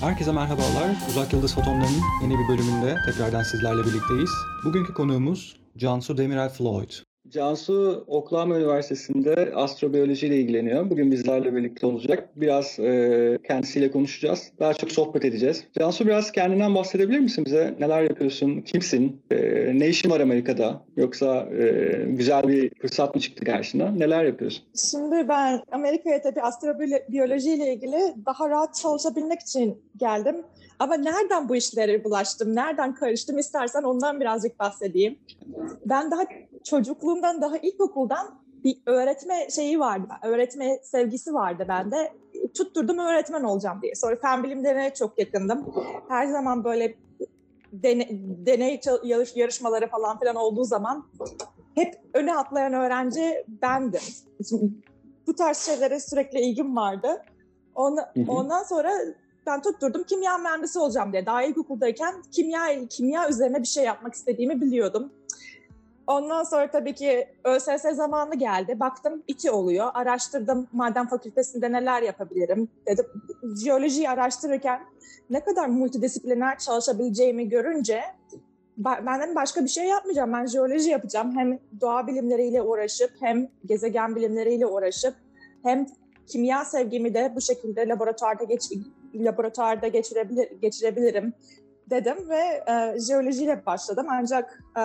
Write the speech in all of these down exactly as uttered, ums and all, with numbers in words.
Herkese merhabalar. Uzak Yıldız Fotonları'nın yeni bir bölümünde tekrardan sizlerle birlikteyiz. Bugünkü konuğumuz Cansu Demirel Floyd. Cansu Oklahoma Üniversitesi'nde astrobiyoloji ile ilgileniyor. Bugün bizlerle birlikte olacak. Biraz e, kendisiyle konuşacağız. Daha çok sohbet edeceğiz. Cansu, biraz kendinden bahsedebilir misin bize? Neler yapıyorsun? Kimsin? E, ne işin var Amerika'da? Yoksa e, güzel bir fırsat mı çıktı karşına? Neler yapıyorsun? Şimdi ben Amerika'ya tabii astrobiyoloji ile ilgili daha rahat çalışabilmek için geldim. Ama nereden bu işlere bulaştım, nereden karıştım istersen ondan birazcık bahsedeyim. Ben daha çocukluğumdan, daha ilkokuldan bir öğretme şeyi vardı, öğretme sevgisi vardı bende. Tutturdum öğretmen olacağım diye. Sonra fen bilimlerine çok yakındım. Her zaman böyle deney, deney yarışmaları falan filan olduğu zaman hep öne atlayan öğrenci bendim. Şimdi bu tarz şeylere sürekli ilgim vardı. Ondan, ondan sonra ben tutturdum kimya mühendisi olacağım diye. Daha ilkokuldayken kimya kimya üzerine bir şey yapmak istediğimi biliyordum. Ondan sonra tabii ki ÖSS zamanı geldi. Baktım İTÜ oluyor. Araştırdım maden fakültesinde neler yapabilirim. Dedim, jeolojiyi araştırırken ne kadar multidisipliner çalışabileceğimi görünce benden başka bir şey yapmayacağım. Ben jeoloji yapacağım. Hem doğa bilimleriyle uğraşıp hem gezegen bilimleriyle uğraşıp hem kimya sevgimi de bu şekilde laboratuvarda geç, laboratuvarda geçirebilir, geçirebilirim dedim ve e, jeolojiyle başladım. Ancak e,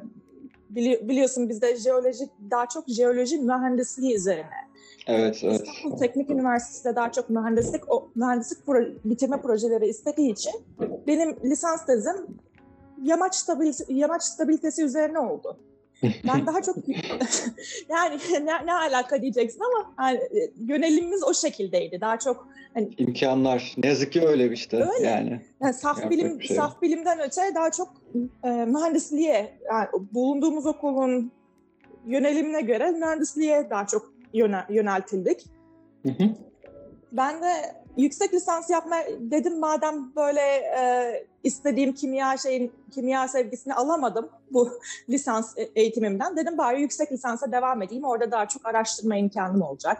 bili, biliyorsun bizde jeoloji daha çok jeoloji mühendisliği üzerine. Evet, evet. İstanbul Teknik Üniversitesi'de daha çok mühendislik o mühendislik pro, bitirme projeleri istediği için benim lisans tezim yamaç stabilitesi, yamaç stabilitesi üzerine oldu. Ben daha çok yani ne, ne alaka diyeceksin ama yani, yönelimimiz o şekildeydi. Daha çok hani, imkanlar ne yazık ki öyle işte öyle. yani. yani saf bilim şey. saf bilimden öte daha çok e, mühendisliğe yani bulunduğumuz okulun yönelimine göre mühendisliğe daha çok yöne, yöneltildik. Hı hı. Ben de yüksek lisans yapma dedim madem böyle e, istediğim kimya şeyin kimya sevgisini alamadım bu lisans eğitimimden. Dedim bari yüksek lisansa devam edeyim. Orada daha çok araştırma imkanım olacak.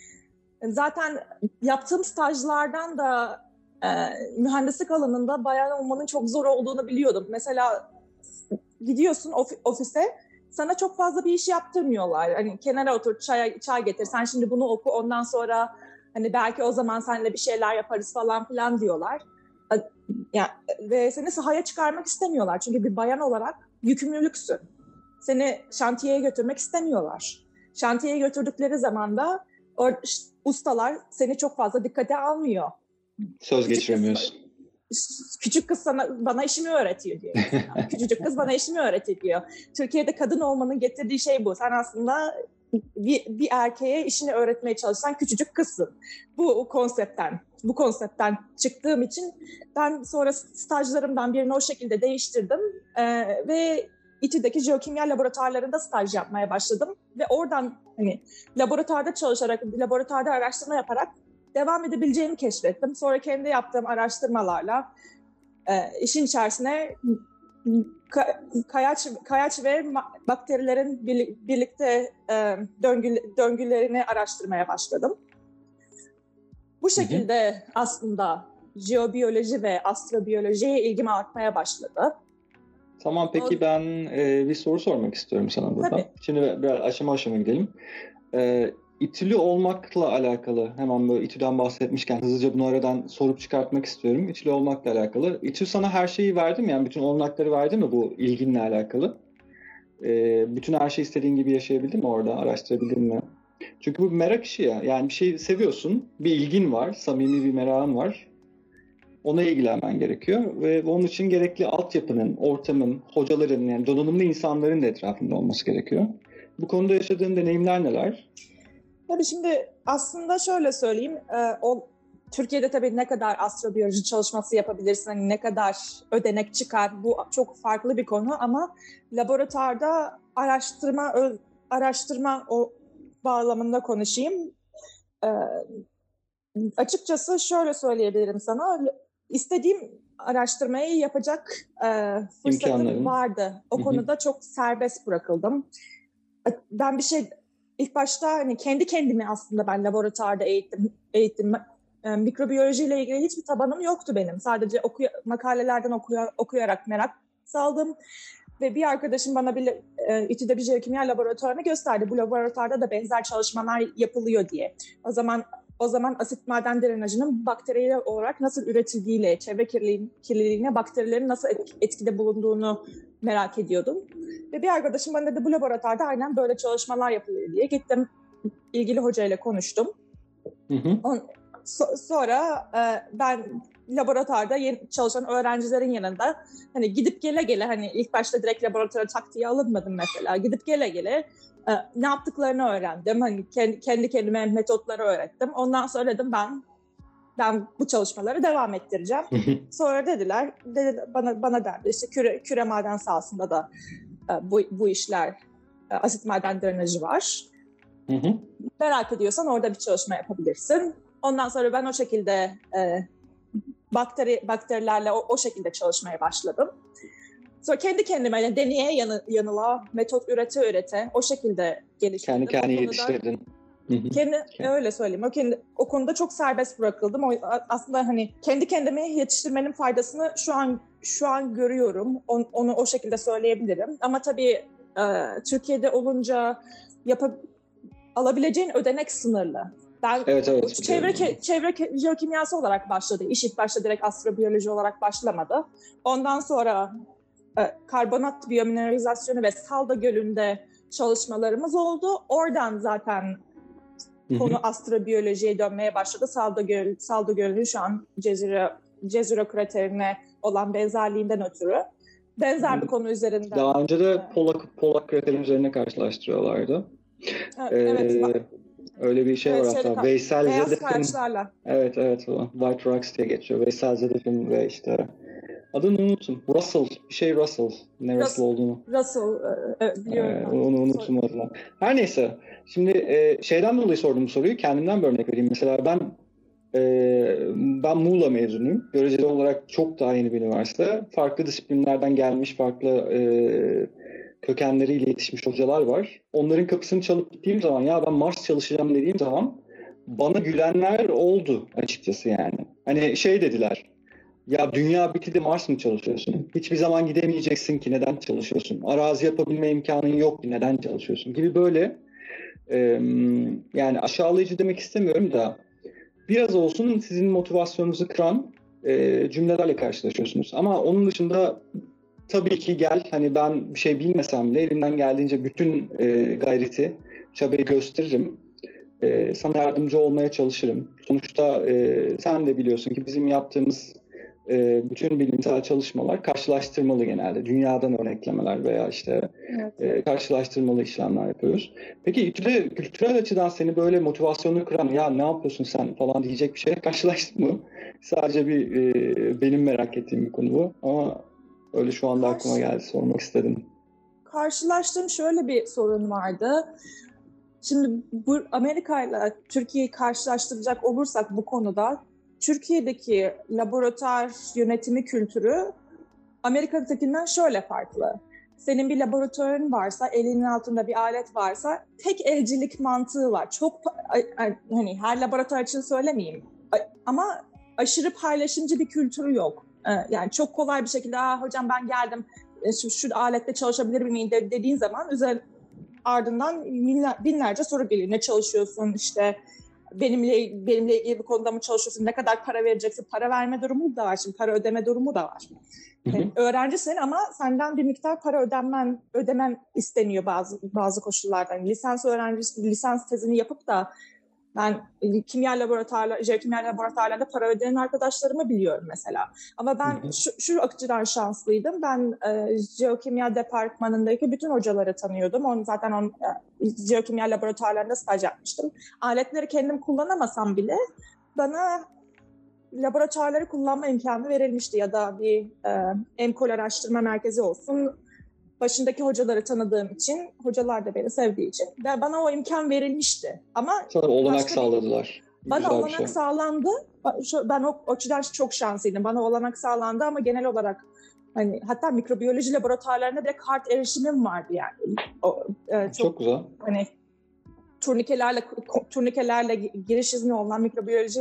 Zaten yaptığım stajlardan da e, mühendislik alanında bayan olmanın çok zor olduğunu biliyordum. Mesela gidiyorsun of- ofise sana çok fazla bir iş yaptırmıyorlar. Hani kenara otur çay, çay getir sen şimdi bunu oku ondan sonra hani belki o zaman seninle bir şeyler yaparız falan filan diyorlar. Yani, ve seni sahaya çıkarmak istemiyorlar. Çünkü bir bayan olarak yükümlülüksün. Seni şantiyeye götürmek istemiyorlar. Şantiyeye götürdükleri zaman da o ustalar seni çok fazla dikkate almıyor. Söz geçiremiyorsun. Küçük kız sana, bana işimi öğretiyor diyor. Küçücük kız bana işimi öğretiyor diyor. Türkiye'de kadın olmanın getirdiği şey bu. Sen aslında bir, bir erkeğe işini öğretmeye çalışan küçücük kızsın. Bu konseptten, bu konseptten çıktığım için ben sonra stajlarımdan birini o şekilde değiştirdim ee, ve İTÜ'deki jeokimya laboratuvarlarında staj yapmaya başladım ve oradan hani laboratuvarda çalışarak, laboratuvarda araştırma yaparak devam edebileceğimi keşfettim. Sonra kendi yaptığım araştırmalarla e, işin içerisine ka- kayaç, kayaç ve ma- bakterilerin bir, birlikte e, döngü, döngülerini araştırmaya başladım. Bu şekilde hı hı. aslında jeobiyoloji ve astrobiyolojiye ilgim artmaya başladı. Tamam, peki o... ben e, bir soru sormak istiyorum sana burada. Tabii. Şimdi biraz aşama aşama gidelim. E, İTÜ'lü olmakla alakalı, hemen böyle İTÜ'den bahsetmişken hızlıca bunu aradan sorup çıkartmak istiyorum. İTÜ'lü olmakla alakalı. İTÜ sana her şeyi verdi mi? Yani bütün olanakları verdi mi bu ilginle alakalı? Ee, bütün her şeyi istediğin gibi yaşayabildin mi orada? Araştırabildin mi? Çünkü bu bir merak işi ya. Yani bir şey seviyorsun, bir ilgin var, samimi bir merakın var. Ona ilgilenmen gerekiyor ve onun için gerekli altyapının, ortamın, hocaların, yani donanımlı insanların da etrafında olması gerekiyor. Bu konuda yaşadığın deneyimler neler? Tabii şimdi aslında şöyle söyleyeyim, e, o Türkiye'de tabii ne kadar astrobiyoloji çalışması yapabilirsin, hani ne kadar ödenek çıkar, bu çok farklı bir konu ama laboratuvarda araştırma araştırma o bağlamında konuşayım. E, açıkçası şöyle söyleyebilirim sana, istediğim araştırmayı yapacak e, fırsatım İmkanların. vardı. O Hı-hı. konuda çok serbest bırakıldım. Ben bir şey İlk başta hani kendi kendimi aslında ben laboratuvarda eğittim, eğittim. e, mikrobiyolojiyle ilgili hiçbir tabanım yoktu benim. Sadece okuya, makalelerden okuya, okuyarak merak saldım. Ve bir arkadaşım bana bir e, İTÜ'de bir jeokimya laboratuvarını gösterdi. Bu laboratuvarda da benzer çalışmalar yapılıyor diye. O zaman o zaman asit maden drenajının bakteriyel olarak nasıl üretildiğiyle, çevre kirliliğine, kirliliğine bakterilerin nasıl etkide bulunduğunu merak ediyordum. Ve bir arkadaşım bana dedi bu laboratuvarda aynen böyle çalışmalar yapılıyor diye. Gittim ilgili hocayla konuştum. Hı hı. On, so, sonra e, ben laboratuvarda yeni çalışan öğrencilerin yanında hani gidip gele gele hani ilk başta direkt laboratuvara tak diye alınmadım mesela. Gidip gele gele e, ne yaptıklarını öğrendim. Hani kendi, kendi kendime metotları öğrettim. Ondan sonra dedim ben ben bu çalışmaları devam ettireceğim. Sonra dediler dedi, bana bana derdi işte küre, küre maden sahasında da e, bu, bu işler e, asit maden drenajı var. Hı hı. Merak ediyorsan orada bir çalışma yapabilirsin. Ondan sonra ben o şekilde e, bakteri bakterilerle o, o şekilde çalışmaya başladım. Sonra kendi kendime yani deneye yanı, yanıla, metot ürete ürete o şekilde geliştirdim. Kendi kendine yetiştirdin. Kendi öyle söyleyeyim. O kendi o konuda çok serbest bırakıldım. O, aslında hani kendi kendime yetiştirmenin faydasını şu an şu an görüyorum. On, onu o şekilde söyleyebilirim. Ama tabii e, Türkiye'de olunca yapab alabileceğin ödenek sınırlı. Ben evet, evet, çevre ke- çevre jeokimyası olarak başladı. İş ilk başta direkt astrobiyoloji olarak başlamadı. Ondan sonra e, karbonat biomineralizasyonu ve Salda Gölü'nde çalışmalarımız oldu. Oradan zaten Hı-hı. konu astrobiyolojiye dönmeye başladı. Salda Göl, Salda Gölü'nün şu an Cezire, Cezire kraterine olan benzerliğinden ötürü. Benzer Hı-hı. bir konu üzerinde. Daha önce de Polak, Polak kraterin üzerine karşılaştırıyorlardı. Evet, ee, evet. Öyle bir şey evet, var hatta. Veysel Zedef'in. Evet evet o. White Rocks diye geçiyor. Veysel Zedef'in ve işte adını unuttum. Russell. Bir şey Russell. Ne Russell, Russell olduğunu. Russell. Evet, biliyorum. Ee, onu unuttum adına. Her neyse. Şimdi e, şeyden dolayı sordum bu soruyu. Kendimden bir örnek vereyim. Mesela ben e, ben Muğla mezunuyum. Göreceli olarak çok daha yeni bir üniversite. Farklı disiplinlerden gelmiş, farklı e, kökenleriyle yetişmiş hocalar var. Onların kapısını çalıp gittiğim zaman ya ben Mars çalışacağım dediğim zaman bana gülenler oldu açıkçası yani. Hani şey dediler. Ya dünya bitti de Mars mı çalışıyorsun? Hiçbir zaman gidemeyeceksin ki neden çalışıyorsun? Arazi yapabilme imkanın yok ki neden çalışıyorsun? Gibi böyle e, yani aşağılayıcı demek istemiyorum da biraz olsun sizin motivasyonunuzu kıran e, cümlelerle karşılaşıyorsunuz. Ama onun dışında tabii ki gel hani ben bir şey bilmesem bile elimden geldiğince bütün e, gayreti, çabayı gösteririm. E, sana yardımcı olmaya çalışırım. Sonuçta e, sen de biliyorsun ki bizim yaptığımız e, bütün bilimsel çalışmalar karşılaştırmalı genelde. Dünyadan örneklemeler veya işte evet. e, karşılaştırmalı işlemler yapıyoruz. Peki İTÜ'de kültürel açıdan seni böyle motivasyonu kıran ya ne yapıyorsun sen falan diyecek bir şeye karşılaştın mı? Sadece bir e, benim merak ettiğim bir konu bu ama öyle şu anda Karşı... aklıma geldi sormak istedim. Karşılaştığım şöyle bir sorun vardı. Şimdi bu Amerika ile Türkiye'yi karşılaştıracak olursak bu konuda Türkiye'deki laboratuvar yönetimi kültürü Amerika'dakinden şöyle farklı. Senin bir laboratuvarın varsa, elinin altında bir alet varsa tek elcilik mantığı var. Çok hani her laboratuvar için söylemeyeyim ama aşırı paylaşımcı bir kültürü yok. Yani çok kolay bir şekilde "Aa, hocam ben geldim şu, şu alette çalışabilir miyim?" dediğin zaman üzerine ardından binlerce soru geliyor. Ne çalışıyorsun işte benimle benimle ilgili bir konuda mı çalışıyorsun? Ne kadar para vereceksin? Para verme durumu da var. Şimdi para ödeme durumu da var. Yani öğrencisin ama senden bir miktar para ödenmen ödemen isteniyor bazı bazı koşullarda. Yani lisans öğrencisi lisans tezini yapıp da ben kimya laboratuvarları, jeokimya laboratuvarlarında para ödenen arkadaşlarımı biliyorum mesela. Ama ben şu, şu açıdan şanslıydım. Ben e, jeokimya departmanındaki bütün hocaları tanıyordum. Onu zaten on, e, jeokimya laboratuvarlarında staj yapmıştım. Aletleri kendim kullanamasam bile bana laboratuvarları kullanma imkanı verilmişti. Ya da bir e, EMKOL araştırma merkezi olsun. Başındaki hocaları tanıdığım için, hocalar da beni sevdiği için ve bana o imkan verilmişti. Ama sana olanak sağladılar. Bir, bana Güzel olanak şey. sağlandı. Ben o açıdan çok şanslıydım. Bana olanak sağlandı ama genel olarak hani hatta mikrobiyoloji laboratuvarlarına bile kart erişimim vardı yani. O, e, çok, çok güzel. Hani turnikelerle turnikelerle giriş izni olan mikrobiyoloji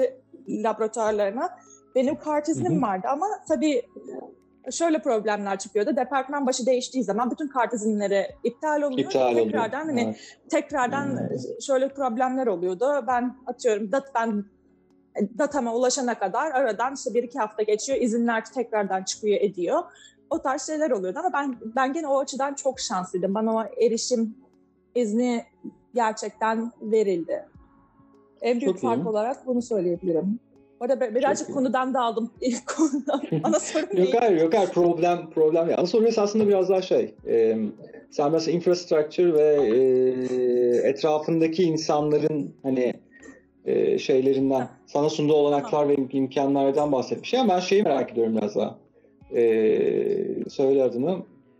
laboratuvarlarına. Benim kart iznim Hı-hı. vardı ama tabii şöyle problemler çıkıyordu. Departman başı değiştiği zaman bütün kart izinleri iptal oluyor. İptal tekrardan oluyor. hani evet. tekrardan hmm. şöyle problemler oluyordu. Ben atıyorum dat ben datama ulaşana kadar aradan işte bir iki hafta geçiyor. İzinler tekrardan çıkıyor ediyor. O tarz şeyler oluyordu ama ben ben gene o açıdan çok şanslıydım. Bana o erişim izni gerçekten verildi. En büyük çok fark iyi. olarak bunu söyleyebilirim. Orada birazcık çok konudan iyi. dağıldım. İlk konudan. Ana sorun yok hayır, yok hayır. Problem, problem değil. Ana sorun aslında biraz daha şey. E, sen mesela infrastructure ve e, etrafındaki insanların hani e, şeylerinden, ha. sana sunduğu olanaklar ha. ve imkanlardan bahsetmiş. Yani ben şeyi merak ediyorum biraz daha. E, söyle adını.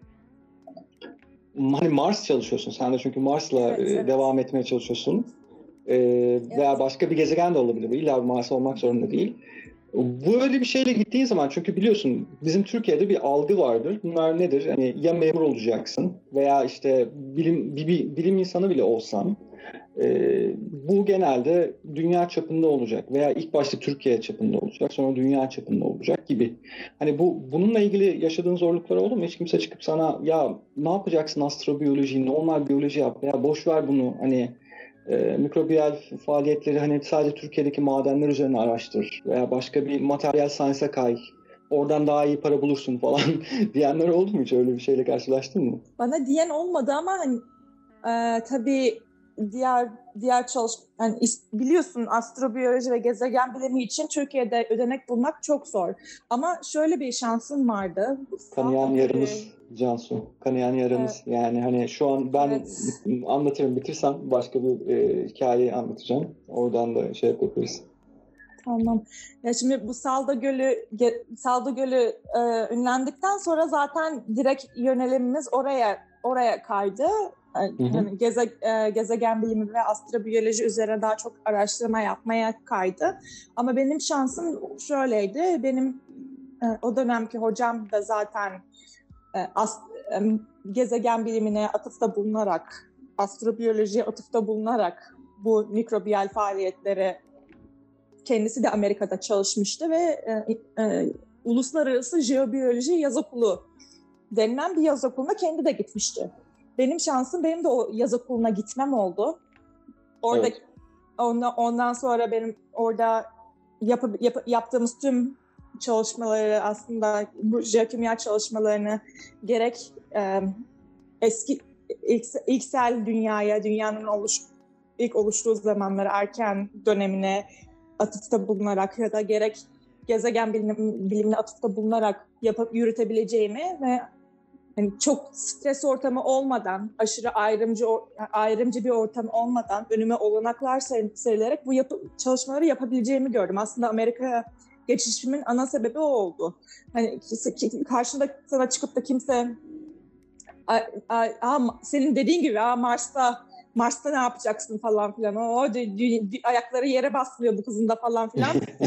Hani Mars çalışıyorsun. Sen de çünkü Mars'la evet, e, evet. devam etmeye çalışıyorsun. Ee, evet. Veya başka bir gezegen de olabilir. İlla Mars olmak zorunda değil. Böyle bir şeyle gittiğin zaman çünkü biliyorsun bizim Türkiye'de bir algı vardır. Bunlar nedir? Hani ya memur olacaksın veya işte bilim bir, bir, bilim insanı bile olsan e, bu genelde dünya çapında olacak veya ilk başta Türkiye çapında olacak, sonra dünya çapında olacak gibi. Hani bu bununla ilgili yaşadığın zorluklar oldu mu? Hiç kimse çıkıp sana ya ne yapacaksın astrobiyoloji, normal biyoloji yap veya boş ver bunu hani E, mikrobiyal faaliyetleri hani sadece Türkiye'deki madenler üzerine araştır veya başka bir materyal science'a kay. Oradan daha iyi para bulursun falan diyenler oldu mu hiç? Öyle bir şeyle karşılaştın mı? Bana diyen olmadı ama hani e, tabii diğer diğer çalış yani biliyorsun astrobiyoloji ve gezegen bilimi için Türkiye'de ödenek bulmak çok zor. Ama şöyle bir şansım vardı. Kanayan yaramız Cansu. Kanayan yaramız. Evet. Yani hani şu an ben evet. anlatırım bitirsem başka bir e, hikayeyi anlatacağım. Oradan da şey yapabiliriz. Tamam. Ya şimdi bu Salda Gölü Salda Gölü e, ünlendikten sonra zaten direkt yönelimimiz oraya oraya kaydı. Yani geze, e, gezegen bilimi ve astrobiyoloji üzerine daha çok araştırma yapmaya kaydı. Ama benim şansım şöyleydi. Benim e, o dönemki hocam da zaten e, as, e, gezegen bilimine atıfta bulunarak, astrobiyolojiye atıfta bulunarak bu mikrobiyal faaliyetlere kendisi de Amerika'da çalışmıştı ve e, e, Uluslararası Jeobiyoloji Yaz Okulu denilen bir yaz okuluna kendi de gitmişti. Benim şansım benim de o yaz okuluna gitmem oldu. Orada evet. ondan, ondan sonra benim orada yapıp, yap, yaptığımız tüm çalışmaları aslında bu jeokimya çalışmalarını gerek e, eski ilk, ilksel dünyaya, dünyanın oluş, ilk oluştuğu zamanları erken dönemine atıfta bulunarak ya da gerek gezegen bilim, bilimine atıfta bulunarak yapıp yürütebileceğimi ve yani çok stres ortamı olmadan, aşırı ayrımcı ayrımcı bir ortam olmadan önüme olanaklar serilerek bu yapı, çalışmaları yapabileceğimi gördüm. Aslında Amerika'ya geçişimin ana sebebi o oldu. Hani karşında sana çıkıp da kimse a, a, a, senin dediğin gibi a, Mars'ta Mars'ta ne yapacaksın falan filan. O de, de, de, ayakları yere basmıyor bu kızın da falan filan.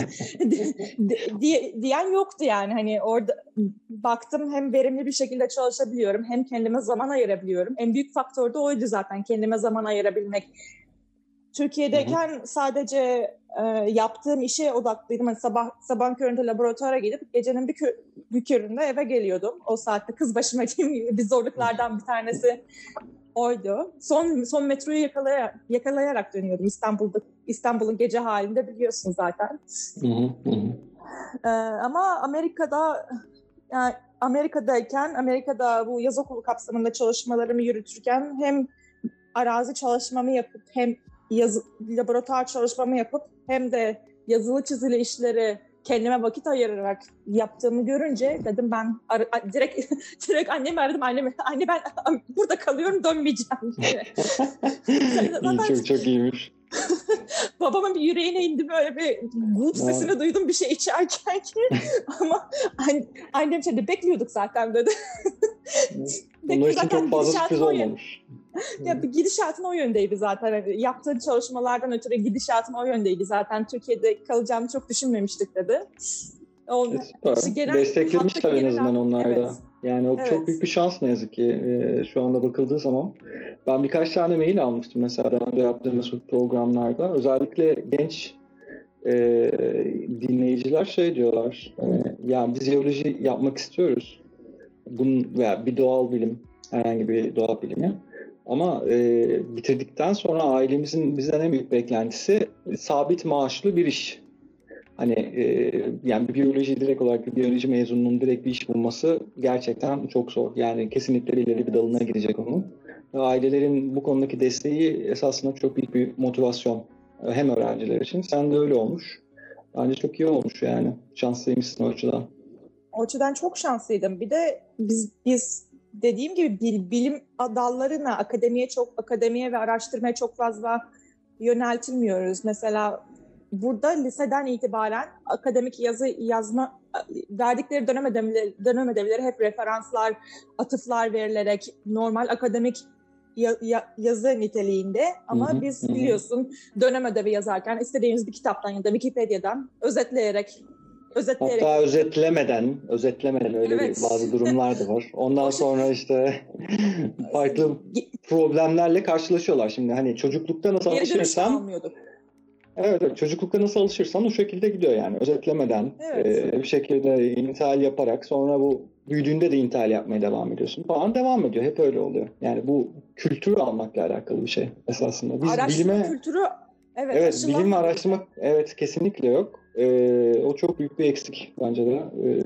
diye, diyen yoktu yani. Hani orada baktım hem verimli bir şekilde çalışabiliyorum hem kendime zaman ayırabiliyorum. En büyük faktör de oydu zaten kendime zaman ayırabilmek. Türkiye'deyken hı hı. sadece e, yaptığım işe odaklıydım. Yani sabah sabah köründe laboratuvara gidip gecenin bir, kö- bir köründe eve geliyordum. O saatte kız başıma diyeyim bir zorluklardan bir tanesi oydu. Son son metroyu yakalayarak, yakalayarak dönüyordum İstanbul'da. İstanbul'un gece halinde biliyorsun zaten. Hı hı. Ee, ama Amerika'da yani Amerika'dayken Amerika'da bu yaz okulu kapsamında çalışmalarımı yürütürken hem arazi çalışmamı yapıp hem yazı, laboratuvar çalışmamı yapıp hem de yazılı çizili işleri kendime vakit ayırarak yaptığımı görünce dedim ben ar- direkt direkt annemi aradım. Annemi, anne ben burada kalıyorum dönmeyeceğim diye. İyi, çok çok iyiymiş. Babamın bir yüreğine indi böyle bir gup sesini duydum bir şey içerken ki ama annem şey bekliyorduk zaten dedi. Onlar için çok fazla sürpriz olmamış. Ya gidişatın o yöndeydi zaten. Yani yaptığı çalışmalardan ötürü gidişatın o yöndeydi zaten. Türkiye'de kalacağımı çok düşünmemiştik dedi. O, işte genel, desteklemişler en azından onlar da. Evet. Yani o evet. çok büyük bir şans ne yazık ki ee, şu anda bakıldığı zaman. Ben birkaç tane mail almıştım mesela daha önce yaptığımız programlarda. Özellikle genç e, dinleyiciler şey diyorlar, e, yani biz jeoloji yapmak istiyoruz. Bunun veya bir doğal bilim, herhangi bir doğa bilimi. Ama e, bitirdikten sonra ailemizin bizden en büyük beklentisi sabit maaşlı bir iş. Hani e, yani bir biyoloji direkt olarak bir biyoloji mezununun direkt bir iş bulması gerçekten çok zor. Yani kesinlikle ileri bir dalına gidecek onun. Ve ailelerin bu konudaki desteği esasında çok büyük bir motivasyon. Hem öğrenciler için. Sen de öyle olmuş. Bence çok iyi olmuş yani. Şanslıymışsın o açıdan. O açıdan çok şanslıydım. Bir de biz biz dediğim gibi bil, bilim dallarına, akademiye çok akademiye ve araştırmaya çok fazla yöneltilmiyoruz. Mesela burada liseden itibaren akademik yazı yazma verdikleri dönem ödevleri, dönem ödevleri hep referanslar, atıflar verilerek normal akademik ya, ya, yazı niteliğinde. Ama hı hı, biz hı. biliyorsun dönem ödevi yazarken istediğimiz bir kitaptan ya da Wikipedia'dan özetleyerek Özetleyerek. Hatta özetlemeden, özetlemeden öyle evet. bir bazı durumlar da var. Ondan sonra işte farklı problemlerle karşılaşıyorlar. Şimdi hani çocuklukta nasıl Geri alışırsan, evet, evet, çocuklukta nasıl alışırsan o şekilde gidiyor yani. Özetlemeden, evet. e, bir şekilde intihal yaparak sonra bu büyüdüğünde de intihal yapmaya devam ediyorsun falan devam ediyor. Hep öyle oluyor. Yani bu kültürü almakla alakalı bir şey esasında. Biz araştırma bilime, kültürü evet, evet, bilim ve araştırma evet kesinlikle yok. Ee, o çok büyük bir eksik bence de. Ee,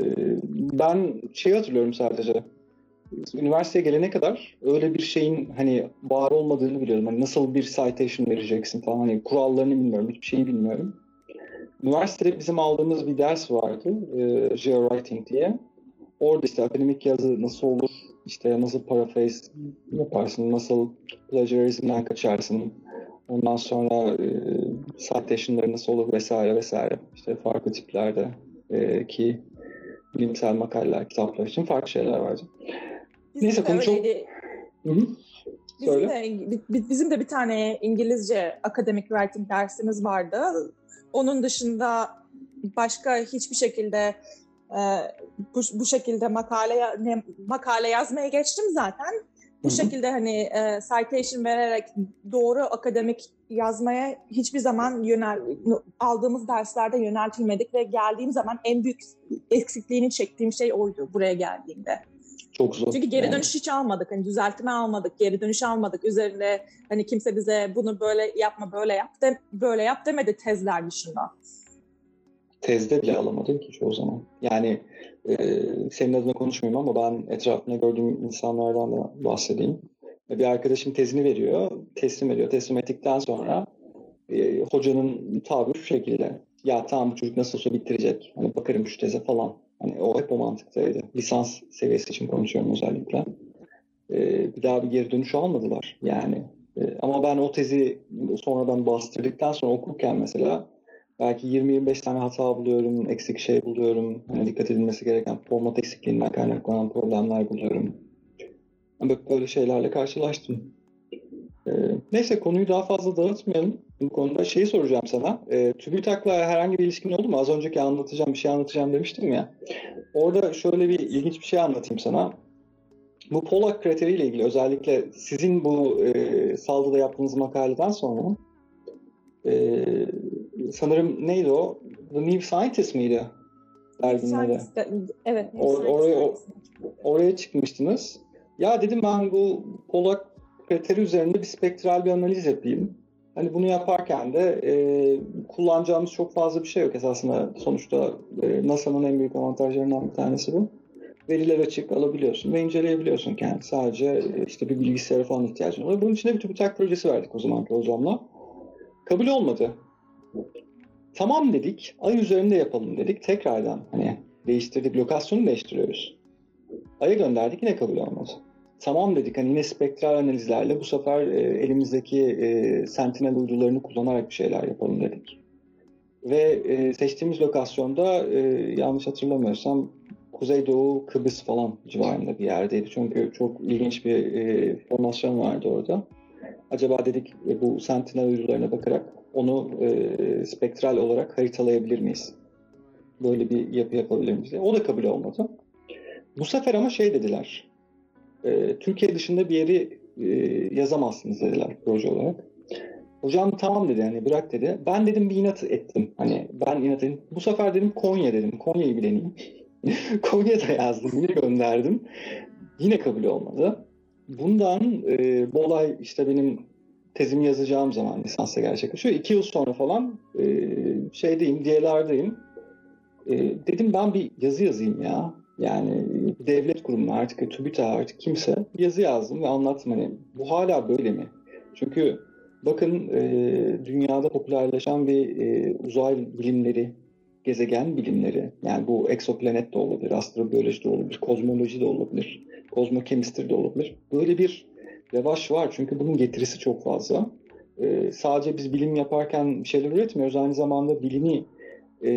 ben şey hatırlıyorum sadece. Üniversiteye gelene kadar öyle bir şeyin hani var olmadığını biliyorum. Hani nasıl bir citation vereceksin falan. Hani kurallarını bilmiyorum. Hiçbir şeyi bilmiyorum. Üniversitede bizim aldığımız bir ders vardı. E, Geowriting diye. Orada işte akademik yazı nasıl olur? İşte nasıl paraphrase yaparsın? Nasıl plagiarizmden kaçarsın? Ondan sonra e, citation'ları nasıl olur vesaire vesaire. İşte farklı tiplerde e, ki bilimsel makaleler, kitaplar için farklı şeyler vardı. Bizim Neyse konu çok... Hı-hı. Bizim de, bizim de bir tane İngilizce akademik writing dersimiz vardı. Onun dışında başka hiçbir şekilde e, bu, bu şekilde makale ne, makale yazmaya geçtim zaten. Bu Hı-hı. şekilde hani e, citation vererek doğru akademik yazmaya hiçbir zaman yönel aldığımız derslerde yöneltilmedik ve geldiğim zaman en büyük eksikliğini çektiğim şey oydu buraya geldiğimde. Çok zor. Çünkü geri yani. dönüş hiç almadık. Hani düzeltme almadık, geri dönüş almadık. Üzerinde hani kimse bize bunu böyle yapma, böyle yap de, böyle yap demedi tezler dışında. Tezde bile alamadın ki çoğu zaman. Yani e, senin adına konuşmuyorum ama ben etrafımda gördüğüm insanlardan da bahsedeyim. Bir arkadaşım tezini veriyor, teslim ediyor. Teslim ettikten sonra e, hocanın tavrı şu şekilde. Ya tamam bu çocuk nasıl olsa bitirecek. Hani bakarım şu teze falan. Hani o hep o mantıktaydı. Lisans seviyesi için konuşuyorum özellikle. Ee, bir daha bir geri dönüş almadılar yani. Ee, ama ben o tezi sonradan bastırdıktan sonra okurken mesela belki yirmi yirmi beş tane hata buluyorum, eksik şey buluyorum. Yani dikkat edilmesi gereken format eksikliğinden kaynaklanan problemler buluyorum. Böyle şeylerle karşılaştım. Ee, neyse konuyu daha fazla dağıtmayalım. Bu konuda şeyi soracağım sana. Ee, TÜBİTAK'la herhangi bir ilişkin oldu mu? Az önceki anlatacağım, bir şey anlatacağım demiştim ya. Orada şöyle bir ilginç bir şey anlatayım sana. Bu Pollack kriteriyle ilgili özellikle sizin bu e, Saldı'da yaptığınız makaleden sonra e, sanırım neydi o? The New Scientist miydi? Derginde. Evet. Or, oraya, oraya çıkmıştınız. Ya dedim ben bu Pollack kriteri üzerinde bir spektral bir analiz yapayım. Hani bunu yaparken de e, kullanacağımız çok fazla bir şey yok esasında. Sonuçta e, NASA'nın en büyük avantajlarından bir tanesi bu. Veriler açık alabiliyorsun ve inceleyebiliyorsun kendi. Sadece işte bir bilgisayara falan ihtiyacın oluyor. Bunun için de bir TÜBİTAK projesi verdik o zamanki hocamla. Kabul olmadı. Tamam dedik. Ay üzerinde yapalım dedik. Tekrardan hani değiştirdik. Lokasyonu değiştiriyoruz. Ay'a gönderdik. Yine kabul olmadı. Tamam dedik. Hani yine spektral analizlerle bu sefer e, elimizdeki e, Sentinel uydularını kullanarak bir şeyler yapalım dedik. Ve e, seçtiğimiz lokasyonda e, yanlış hatırlamıyorsam Kuzeydoğu Kıbrıs falan civarında bir yerdeydi. Çünkü çok ilginç bir e, formasyon vardı orada. Acaba dedik e, bu Sentinel uydularına bakarak onu e, spektral olarak haritalayabilir miyiz? Böyle bir yapı yapabilir miyiz? O da kabul olmadı. Bu sefer ama şey dediler. E, Türkiye dışında bir yeri e, yazamazsınız dediler proje olarak. Hocam tamam dedi, hani bırak dedi. Ben dedim bir inat ettim. Hani ben inat ettim. Bu sefer dedim Konya dedim. Konya'yı bir deneyeyim. Konya'da yazdım. Yine gönderdim. Yine kabul olmadı. Bundan e, bu olay işte benim tezimi yazacağım zaman lisansa gerçekleşiyor. İki yıl sonra falan e, şeydeyim, D L R'dayım. E, dedim ben bir yazı yazayım ya. Yani devlet kurumu artık, TÜBİTAK artık kimse, yazı yazdım ve anlattım hani bu hala böyle mi? Çünkü bakın e, dünyada popülerleşen bir e, uzay bilimleri, gezegen bilimleri, yani bu egzoplanet de olabilir, astrobiyoloji de olabilir, kozmoloji de olabilir, kozmokemistri de olabilir. Böyle bir revaç var çünkü bunun getirisi çok fazla. E, sadece biz bilim yaparken bir şeyler üretmiyoruz, aynı zamanda bilimi e,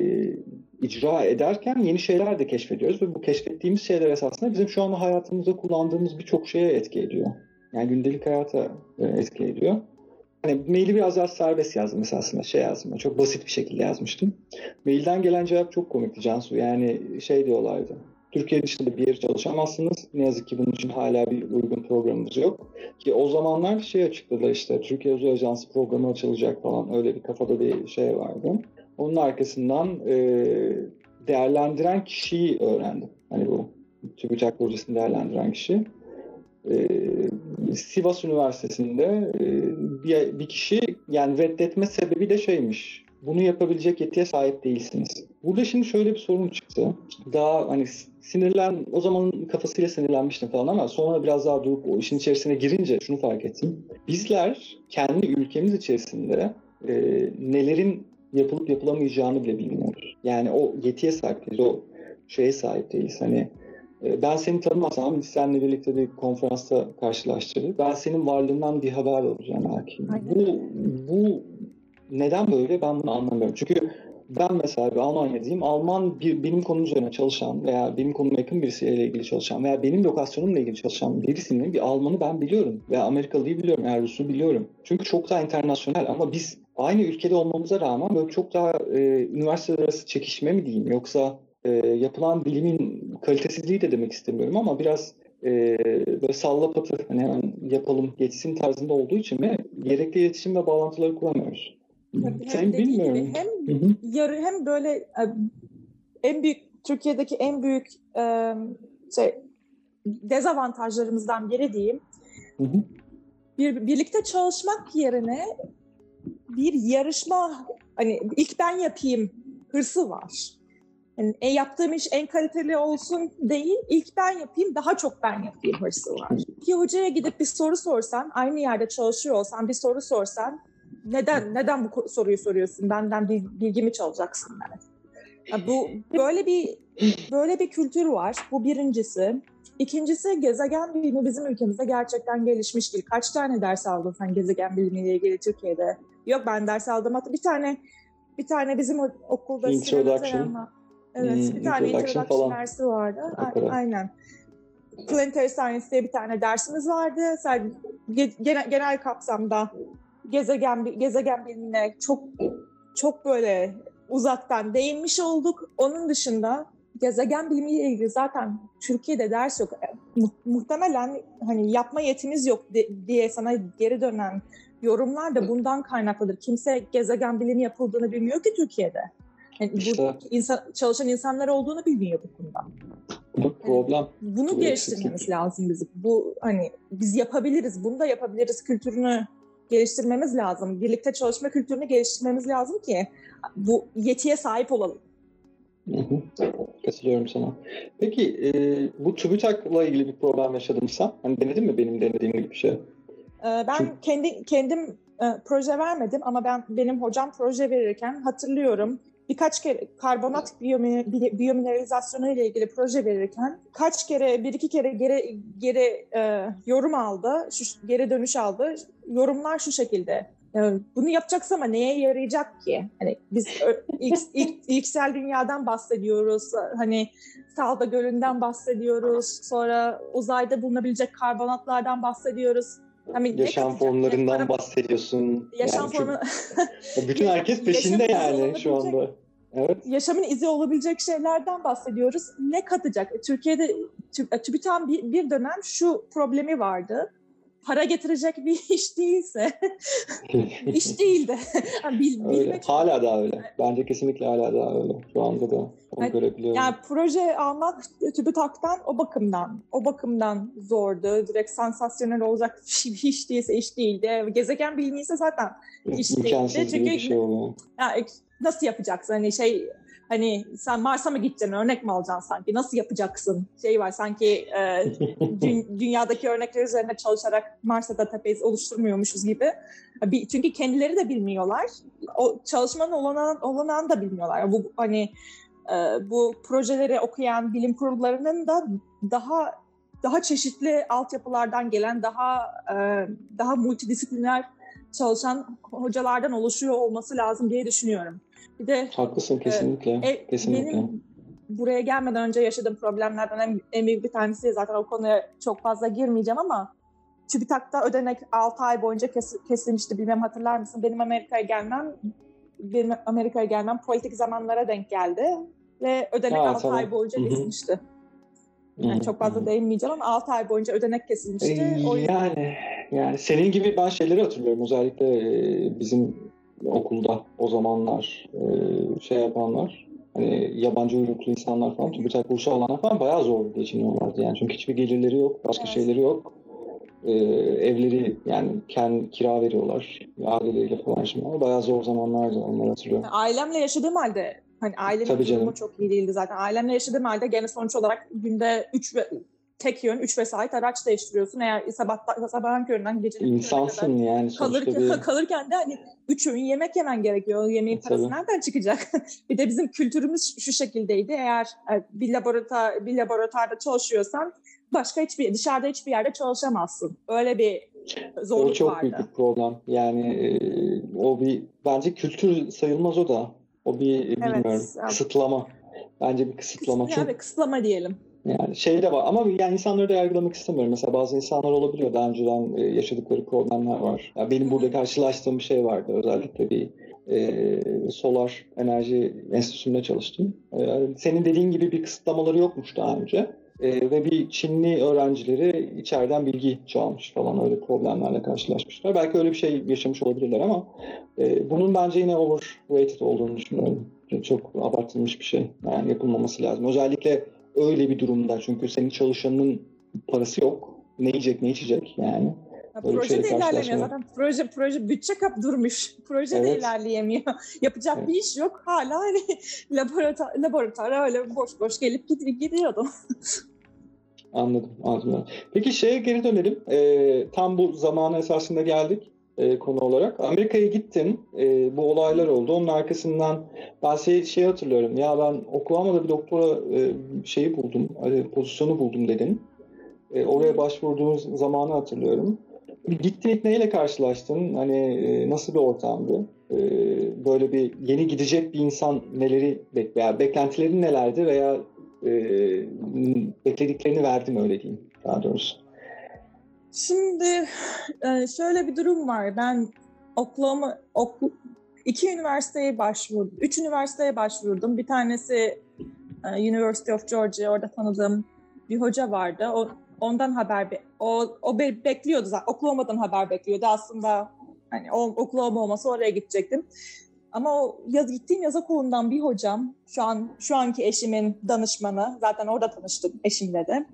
icra ederken yeni şeyler de keşfediyoruz ve bu keşfettiğimiz şeyler esasında bizim şu anda hayatımızda kullandığımız birçok şeye etki ediyor. Yani gündelik hayata e, etki ediyor. Hani maili biraz daha serbest yazdım esasında, şey yazdım. Çok basit bir şekilde yazmıştım. Mailden gelen cevap çok komikti Cansu. Yani şey diyorlardı. Türkiye dışında bir yere çalışamazsınız. Ne yazık ki bunun için hala bir uygun programımız yok. Ki o zamanlar şey açıkladılar işte. Türkiye Uzay Ajansı programı açılacak falan. Öyle bir kafada bir şey vardı. Onun arkasından e, değerlendiren kişiyi öğrendim. Hani bu TÜBİTAK projesini değerlendiren kişi. Ee, Sivas Üniversitesi'nde e, bir, bir kişi, yani reddetme sebebi de şeymiş. Bunu yapabilecek yetiye sahip değilsiniz. Burada şimdi şöyle bir sorun çıktı. Daha hani sinirlen, o zaman kafasıyla sinirlenmiştim falan ama sonra biraz daha durup o işin içerisine girince şunu fark ettim. Bizler kendi ülkemiz içerisinde e, nelerin yapılıp yapılamayacağını bile bilmiyoruz. Yani o yetiye sahip değiliz, o şeye sahip değiliz. Hani ben seni tanımasam, biz seninle birlikte bir konferansta karşılaştırdık. Ben senin varlığından bir haber olacağım belki. Bu, bu neden böyle, ben bunu anlamıyorum. Çünkü ben mesela bir Almanya'dayım. Alman bir benim konum üzerine çalışan veya benim konuma yakın birisiyle ilgili çalışan veya benim lokasyonumla ilgili çalışan birisinin bir Almanı ben biliyorum. Veya Amerikalıyı biliyorum, veya Rus'u biliyorum. Çünkü çok daha internasyonel ama biz aynı ülkede olmamıza rağmen böyle çok daha e, üniversiteler arası çekişme mi diyeyim, yoksa E, yapılan bilimin kalitesizliği de demek istemiyorum ama biraz e, böyle salla patı, hani hemen yapalım geçsin tarzında olduğu için mi gerekli iletişim ve bağlantıları kuramıyoruz. Tabii, Sen bilmiyorum. Gibi, hem Hı-hı. yarı hem böyle en büyük Türkiye'deki en büyük e, şey dezavantajlarımızdan biri diyeyim. Hı-hı. Bir birlikte çalışmak yerine bir yarışma, hani ilk ben yapayım hırsı var. Yani en yaptığım iş en kaliteli olsun değil, ilk ben yapayım, daha çok ben yapayım hırsı var. Bir hocaya gidip bir soru sorsan, aynı yerde çalışıyor olsan bir soru sorsan, neden neden bu soruyu soruyorsun? Benden bilgimi çalacaksın yani. Yani bu böyle bir böyle bir kültür var. Bu birincisi. İkincisi, gezegen bilimi bizim ülkemizde gerçekten gelişmiş değil. Kaç tane ders aldın sen gezegen bilimiyle ilgili Türkiye'de? Yok, ben ders aldım. Hatta bir tane bir tane bizim okulda Introduction. Evet, hmm, bir tane introduction, introduction dersi vardı. A- aynen. Planetary Science diye bir tane dersimiz vardı. Sen genel, genel kapsamda gezegen gezegen bilimine çok çok böyle uzaktan değinmiş olduk. Onun dışında gezegen bilimiyle ilgili zaten Türkiye'de ders yok. Muhtemelen hani yapma yetimiz yok diye sana geri dönen yorumlar da bundan kaynaklıdır. Kimse gezegen bilimi yapıldığını bilmiyor ki Türkiye'de. Yani işte, bu insan, çalışan insanlar olduğunu bilmiyor bu konuda. Bu problem. Yani bunu bu geliştirmemiz eksiklik. lazım bizim. Bu hani biz yapabiliriz, bunu da yapabiliriz kültürünü geliştirmemiz lazım. Birlikte çalışma kültürünü geliştirmemiz lazım ki bu yetiye sahip olalım. Hı hı. Katılıyorum sana. Peki e, bu TÜBİTAK'la ilgili bir problem yaşadın mı sen? Hani denedin mi benim denediğim gibi bir şey? Ee, ben Çünkü... kendi kendim e, proje vermedim ama ben benim hocam proje verirken hatırlıyorum. Birkaç kere karbonat biyomineralizasyonu ile ilgili proje verirken kaç kere, bir iki kere geri geri e, yorum aldı, şu geri dönüş aldı. Yorumlar şu şekilde: yani bunu yapacaksın ama neye yarayacak ki? Hani biz ilk, ilk, ilksel dünyadan bahsediyoruz, hani Salda Gölü'nden bahsediyoruz, sonra uzayda bulunabilecek karbonatlardan bahsediyoruz. Yani yaşam formlarından yani, bahsediyorsun. Yaşam yani formu. Bütün herkes peşinde yani şu anda. Evet. Yaşamın izi olabilecek şeylerden bahsediyoruz. Ne katacak? Türkiye'de TÜBİTAK'ın bir, bir dönem şu problemi vardı. para getirecek bir iş değilse iş değildi. Yani bil, öyle. Hala da öyle. Bence kesinlikle hala da öyle. Şu anda da onu yani, görebiliyorum. Yani proje almak TÜBİTAK'tan o bakımdan o bakımdan zordu. Direkt sansasyonel olacak iş değilse iş değildi. Gezegen bilimi ise zaten iş İmkansız değildi. Çünkü bir şey oluyor. Yani nasıl yapacaksın? Hani şey Hani sen Mars'a mı gideceksin, örnek mi alacaksın sanki? Nasıl yapacaksın? Şey var sanki e, dü- dünyadaki örnekler üzerine çalışarak Mars'a database oluşturmuyormuşuz gibi. Bir, çünkü kendileri de bilmiyorlar. O çalışmanın olanan, olanağını da bilmiyorlar. Bu hani e, bu projeleri okuyan bilim kurullarının da daha daha çeşitli altyapılardan gelen, daha e, daha multidisipliner çalışan hocalardan oluşuyor olması lazım diye düşünüyorum. Bir de haklısın kesinlikle. E, kesinlikle. Benim buraya gelmeden önce yaşadığım problemlerden en, en büyük bir tanesi, zaten o konuya çok fazla girmeyeceğim ama TÜBİTAK'ta ödenek altı ay boyunca kes, kesilmişti. Bilmem hatırlar mısın? Benim Amerika'ya gelmem benim Amerika'ya gelmem politik zamanlara denk geldi ve ödenek ha, altı tamam. ay boyunca Hı-hı. kesilmişti. Yani Hı-hı. çok fazla değinmeyeceğim ama altı ay boyunca ödenek kesilmişti. E, o yüzden... Yani yani senin gibi ben şeyleri hatırlıyorum. Özellikle e, bizim okulda o zamanlar e, şey yapanlar, hani yabancı uyruklu insanlar falan, TÜBİTAK bursu alanlar falan bayağı zor geçiniyorlardı yani. Çünkü hiçbir gelirleri yok, başka evet. şeyleri yok. E, evleri yani kendi kira veriyorlar aileleriyle falan, şimdi bayağı zor zamanlardı, onları hatırlıyorum. Ailemle yaşadığım halde hani ailemin Tabii durumu canım. çok iyi değildi zaten. Ailemle yaşadığım halde gene sonuç olarak günde üç ve tek yön üç vesait araç değiştiriyorsun. Eğer sabah sabahın köründen gecenin İnsansın körüne kadar yani kalırken, bir... kalırken de hani üç öğün yemek yemen gerekiyor. Yemeğin parası Tabii. nereden çıkacak? Bir de bizim kültürümüz şu şekildeydi. Eğer bir laboratuvar bir laboratuvarda çalışıyorsan başka hiçbir dışarıda hiçbir yerde çalışamazsın. Öyle bir zorluk vardı. O çok vardı. büyük bir problem. Yani e, o bir bence kültür sayılmaz o da. O bir bilmiyorum evet, kısıtlama. Bence bir kısıtlama. Kıs- Çünkü, kısıtlama diyelim. Yani şey de var ama yani insanları da yargılamak istemiyorum. Mesela bazı insanlar olabiliyor. Daha önceden yaşadıkları problemler var. Yani benim burada karşılaştığım bir şey vardı. Özellikle bir e, solar enerji enstitüsünde çalıştım. E, senin dediğin gibi bir kısıtlamaları yokmuş daha önce. E, ve bir Çinli öğrencileri içeriden bilgi çalmış falan, öyle problemlerle karşılaşmışlar. Belki öyle bir şey yaşamış olabilirler ama e, bunun bence yine overrated olduğunu düşünüyorum. Çok abartılmış bir şey. Yani yapılmaması lazım. Özellikle öyle bir durumda, çünkü senin çalışanının parası yok. Ne yiyecek, ne içecek yani. Ya, proje de ilerlemiyor zaten. Proje proje bütçe kap durmuş. Proje evet. de ilerleyemiyor. Yapacak evet. bir iş yok. Hala hani laboratuvar, laboratuvara öyle boş boş gelip gidip gidiyordum. Anladım, anladım. Peki şeye geri dönelim. Ee, tam bu zamana esasında geldik. E, konu olarak. Amerika'ya gittin. E, bu olaylar oldu. Onun arkasından ben şey, şey hatırlıyorum. Ya ben okulamada bir doktora e, şeyi buldum. E, pozisyonu buldum dedin. E, oraya başvurduğun zamanı hatırlıyorum. Gittin, neyle karşılaştın? Hani e, nasıl bir ortamdı? E, böyle bir yeni gidecek bir insan neleri bekliyor? Yani beklentilerin nelerdi veya e, beklediklerini verdi mi, öyle diyeyim daha doğrusu? Şimdi şöyle bir durum var. Ben Oklahoma, okul, iki üniversiteye başvurdum. Üç üniversiteye başvurdum. Bir tanesi University of Georgia. Orada tanıdığım bir hoca vardı. O, ondan haber be, o, o be, bekliyordu zaten. Oklahoma'dan haber bekliyordu. Aslında hani o, Oklahoma olmasa oraya gidecektim. Ama o yaz, gittiğim yaz okulundan bir hocam, şu an şu anki eşimin danışmanı. Zaten orada tanıştım eşimle de.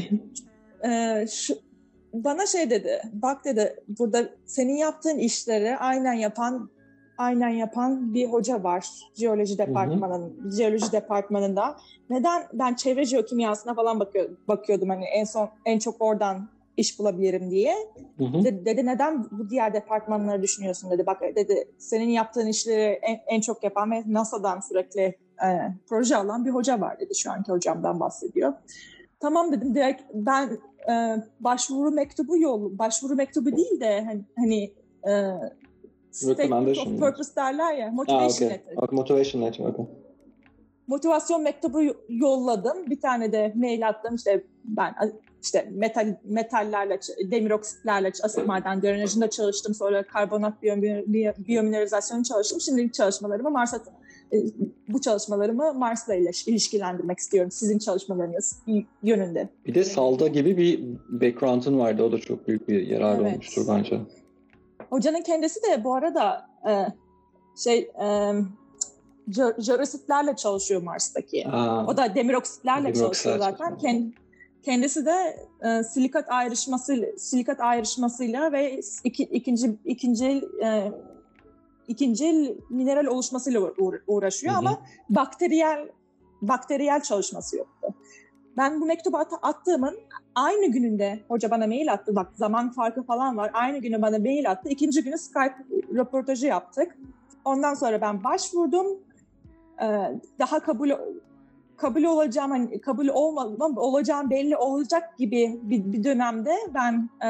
ee, şu, Bana şey dedi, bak dedi, burada senin yaptığın işleri aynen yapan aynen yapan bir hoca var jeoloji departmanının, jeoloji departmanında. Neden ben çevre jeokimyasına falan bakıyordum, bakıyordum hani en son en çok oradan iş bulabilirim diye. Hı hı. De, dedi neden bu diğer departmanları düşünüyorsun dedi. Bak dedi, senin yaptığın işleri en, en çok yapan ve NASA'dan sürekli e, proje alan bir hoca var dedi. Şu anki hocamdan bahsediyor. Tamam dedim, direkt ben e, başvuru mektubu yol, başvuru mektubu değil de hani, hani e, statement of purpose derler ya, motivation ah, okay. letter. Okay, motivation letter, okay. Motivasyon mektubu yolladım. Bir tane de mail attım. İşte ben işte metal metallerle, demir oksitlerle asit maden drenajında çalıştım. Sonra karbonat biyomineralizasyonu çalıştım. Şimdilik çalışmalarımı Mars'a bu çalışmalarımı Mars'la ilişkilendirmek istiyorum sizin çalışmalarınız yönünde. Bir de Salda gibi bir background'un vardı. O da çok büyük bir yarar evet. olmuştur bence. Hocanın kendisi de bu arada şey jarositlerle çalışıyor Mars'taki. Aa, o da demir oksitlerle demir çalışıyor zaten. Kend, kendisi de e, silikat ayrışması silikat ayrışmasıyla ve iki, ikinci ikinci e, ikinci mineral oluşmasıyla uğraşıyor. Hı hı. Ama bakteriyel bakteriyel çalışması yoktu. Ben bu mektubu at- attığımın aynı gününde hoca bana mail attı. Bak zaman farkı falan var. Aynı günü bana mail attı. İkinci günü Skype röportajı yaptık. Ondan sonra ben başvurdum. Ee, daha kabul kabul olacağım, hani kabul olmadım ama olacağım belli olacak gibi bir, bir dönemde ben e,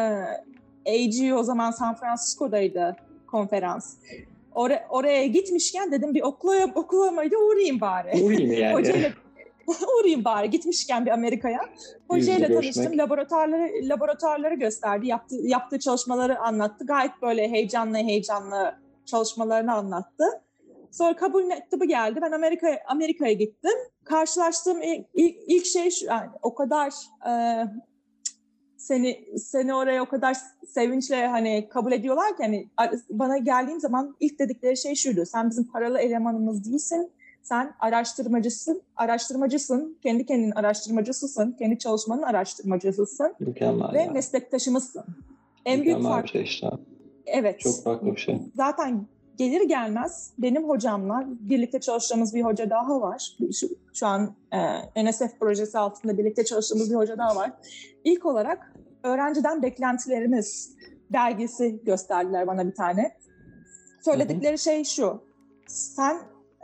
A G o zaman San Francisco'daydı konferans. Or- oraya gitmişken dedim bir okula okulamayı da uğrayayım bari. Uğrayayım yani. Hocayla uğrayayım bari gitmişken bir Amerika'ya. Hocayla tanıştım. Laboratuvarları laboratuvarları gösterdi. Yaptığı yaptığı çalışmaları anlattı. Gayet böyle heyecanlı heyecanlı çalışmalarını anlattı. Sonra kabul mektubu geldi. Ben Amerika'ya Amerika'ya gittim. Karşılaştığım ilk, ilk, ilk şey şu, yani o kadar e, seni seni oraya o kadar sevinçle hani kabul ediyorlar ki hani bana geldiğim zaman ilk dedikleri şey şuydu. Sen bizim paralı elemanımız değilsin. Sen araştırmacısın, araştırmacısın. Kendi kendinin araştırmacısısın. Kendi çalışmanın araştırmacısısın. Mükemmel ve ya. meslektaşımızsın. En Mükemmel büyük fark. Bir şey işte. Evet. Çok farklı bir şey. Zaten gelir gelmez benim hocamla birlikte çalıştığımız bir hoca daha var. Şu, şu an e, N S F projesi altında birlikte çalıştığımız bir hoca daha var. İlk olarak öğrenciden beklentilerimiz belgesi gösterdiler bana bir tane. Söyledikleri hı hı. şey şu. Sen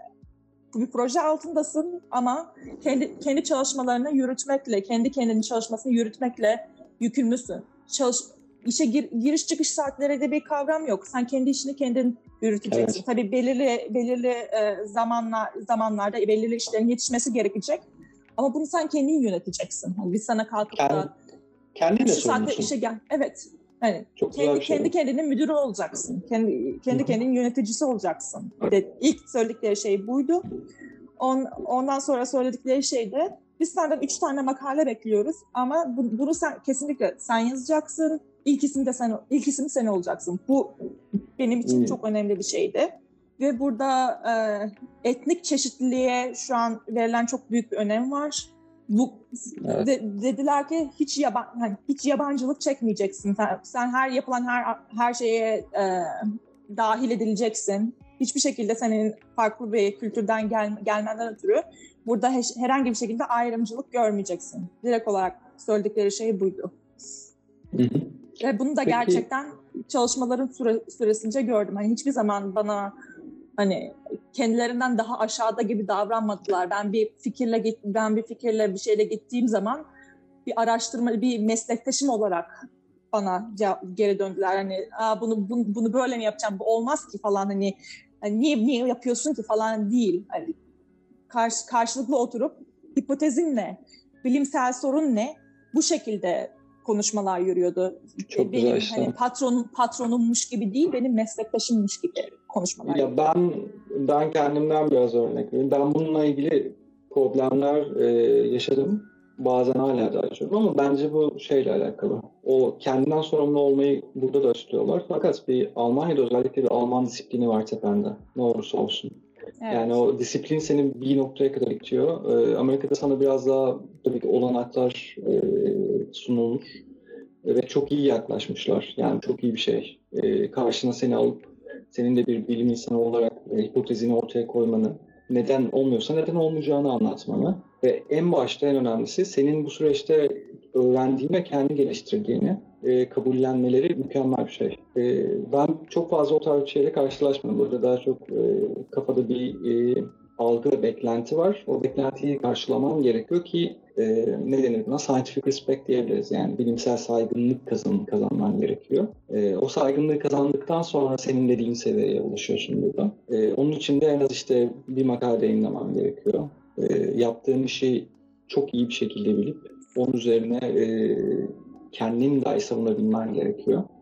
bir proje altındasın ama kendi kendi çalışmalarını yürütmekle, kendi kendinin çalışmasını yürütmekle yükümlüsün. Çalış, işe gir, giriş çıkış saatleri de bir kavram yok. Sen kendi işini kendin yürüteceksin. Evet. Tabii belirli belirli e, zamanlar zamanlarda belirli işlerin yetişmesi gerekecek. Ama bunu sen kendin yöneteceksin. Yani biz sana kalkıp Kend, da kendin de şu saatte işe gel. Evet. Yani Çok kendi şey kendi kendinin müdürü olacaksın. Kendi kendi kendinin yöneticisi olacaksın. De, ilk söyledikleri şey buydu. On, ondan sonra söyledikleri şey de biz senden üç tane makale bekliyoruz ama bu, bunu sen kesinlikle sen yazacaksın. İlk isim de sen ilk isim sen olacaksın. Bu benim için hmm. çok önemli bir şeydi. Ve burada e, etnik çeşitliliğe şu an verilen çok büyük bir önem var. Bu evet. de, dediler ki hiç yaban hani hiç yabancılık çekmeyeceksin. Sen, sen her yapılan her her şeye e, dahil edileceksin. Hiçbir şekilde senin farklı bir kültürden gel, gelmenden ötürü burada he, herhangi bir şekilde ayrımcılık görmeyeceksin. Direkt olarak söyledikleri şey buydu. Hı hı. Ve bunu da Peki. gerçekten çalışmaların süre, süresince gördüm. Hani hiçbir zaman bana hani kendilerinden daha aşağıda gibi davranmadılar. Ben bir fikirle git, ben bir fikirle bir şeyle gittiğim zaman bir araştırma, bir meslektaşım olarak bana geri döndüler. Hani Aa, bunu, bunu bunu böyle mi yapacağım? Bu olmaz ki falan hani, hani niye niye yapıyorsun ki falan değil. Hani karşı, karşılıklı oturup hipotezin ne? Bilimsel sorun ne? Bu şekilde konuşmalar yürüyordu. Çok benim güzel işte. hani patron patronummuş gibi değil, benim meslektaşımmış gibi konuşmalar. Ya ben ben kendimden biraz örnek vereyim. Ben bununla ilgili problemler e, yaşadım. Bazen hala da yaşıyorum ama bence bu şeyle alakalı. O kendinden sorumlu olmayı burada da açıklıyorlar. Fakat bir Almanya'da özellikle bir Alman disiplini var tepende. Ne olursa olsun. Evet. Yani o disiplin seni bir noktaya kadar itiyor. Ee, Amerika'da sana biraz daha tabii ki olanaklar e, sunulur. E, ve çok iyi yaklaşmışlar. Yani çok iyi bir şey. E, karşına seni alıp senin de bir bilim insanı olarak e, hipotezini ortaya koymanı, neden olmuyorsa neden olmayacağını anlatmanı ve en başta en önemlisi senin bu süreçte öğrendiğin ve kendi geliştirdiğini e, kabullenmeleri mükemmel bir şey. E, ben çok fazla o tarz bir şeyle karşılaşmadım. Burada daha çok e, kafada bir e, algı ve beklenti var. O beklentiyi karşılaman gerekiyor ki e, ne denir buna? Scientific respect diyebiliriz. Yani bilimsel saygınlık kazan, kazanman gerekiyor. E, o saygınlığı kazandıktan sonra senin dediğin seviyeye ulaşıyorsun burada. E, onun için de en az işte bir makale yayınlaman gerekiyor. E, yaptığın işi çok iyi bir şekilde bilip onun üzerine e, kendin dahi savunabilmen gerekiyor.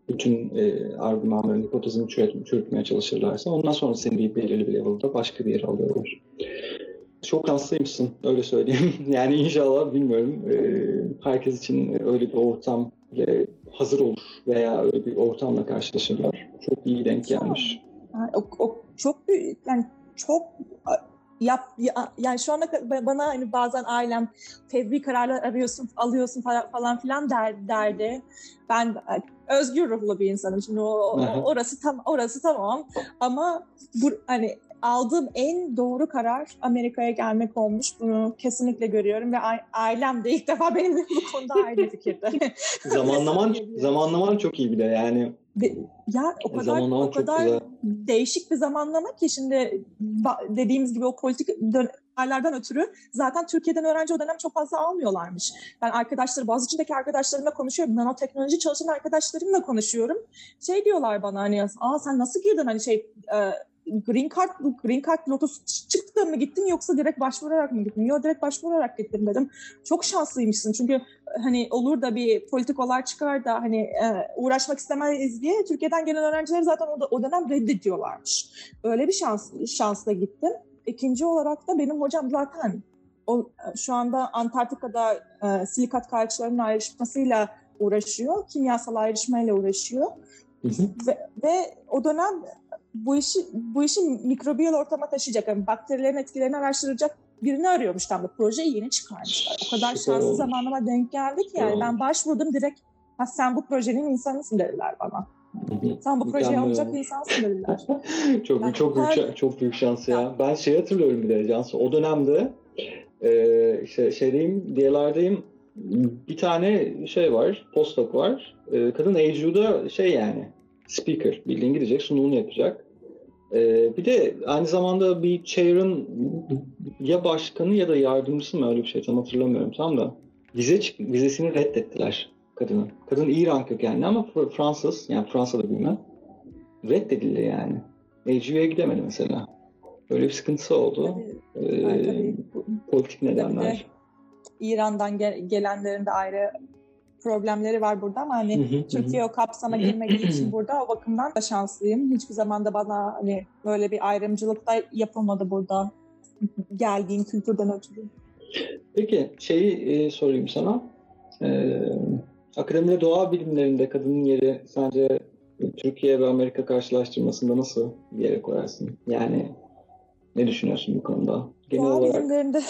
bütün e, argümanların, hipotezini çürüt, çürütmeye çalışırlarsa ondan sonra seni bir belirli bir level'da başka bir yere alıyorlar. Çok şanslıymışsın, öyle söyleyeyim. Yani inşallah, bilmiyorum, e, herkes için öyle bir ortam hazır olur veya öyle bir ortamla karşılaşırlar. Çok iyi denk gelmiş. Yani, o, o çok büyük, yani çok yap ya, yani şu anda bana hani bazen ailem tedbir kararlar arıyorsun, alıyorsun falan, falan filan der, derdi. Ben özgür ruhlu bir insanım. Şimdi o, orası tam orası tamam ama bu hani aldığım en doğru karar Amerika'ya gelmek olmuş. Bunu kesinlikle görüyorum ve ailem de ilk defa benimle bu konuda aynı fikirde. Zamanlaman zamanlaman çok iyi bir de yani. Ya o kadar zamanlaman o kadar değişik bir zamanlama ki şimdi dediğimiz gibi o politik dönemlerden ötürü zaten Türkiye'den öğrenci o dönem çok fazla almıyorlarmış. Ben arkadaşlar, Boğaziçi'ndeki arkadaşlarımla konuşuyorum. Nanoteknoloji çalışan arkadaşlarımla konuşuyorum. Şey diyorlar bana hani, aa sen nasıl girdin hani şey e, Green Card, Green Card lotosu çıktı mı gittin yoksa direkt başvurarak mı gittin? Yok, direkt başvurarak gittim dedim. Çok şanslıymışsın çünkü hani olur da bir politik olay çıkar da hani e, uğraşmak istemeyiz diye Türkiye'den gelen öğrencileri zaten o, da, o dönem reddediyorlarmış. Öyle bir şans şansla gittim. İkinci olarak da benim hocam zaten o, şu anda Antarktika'da e, silikat kayaçlarının ayrışmasıyla uğraşıyor. Kimyasal ayrışmayla uğraşıyor. Hı hı. Ve, ve o dönem bu işi bu işi mikrobiyal ortama taşıyacak, yani bakterilerin etkilerini araştıracak birini arıyormuş, tam da projeyi yeni çıkarmışlar. O kadar Süper şanslı olmuş. Zamanlama denk geldi ki yani ben başvurdum direkt, ha sen bu projenin insanısın dediler bana. Sen bu projeyi alacak insansın dediler. çok yani çok her... büyük çok büyük şans ya. ya. Ben şey hatırlıyorum bir de Cansu. O dönemde e, işte şeydeyim, D L R'dayım. Bir tane şey var, postdoc var. E, kadın A G U'da şey yani speaker, bildiğin gidecek, sunumunu yapacak. Ee, bir de aynı zamanda bir chair'ın ya başkanı ya da yardımcısı mı, öyle bir şey tam hatırlamıyorum tam da. Vize çık vizesini reddettiler kadının. Kadın İran kökenli ama Fransız, yani Fransa'da bilmem. Reddedildi yani. A G U'ya gidemedi mesela. Böyle bir sıkıntısı oldu. Tabii, ee, tabii. Politik nedenler. İran'dan gel- gelenlerin de ayrı problemleri var burada ama hani hı hı, Türkiye hı. o kapsama girmediği için burada o bakımdan da şanslıyım. Hiçbir zaman da bana hani böyle bir ayrımcılık da yapılmadı burada geldiğim kültürden ötürü. Peki şeyi e, sorayım sana. Ee, akademide doğa bilimlerinde kadının yeri sence Türkiye ve Amerika karşılaştırmasında nasıl bir yere koyarsın? Yani ne düşünüyorsun bu konuda? Genel doğa olarak bilimlerinde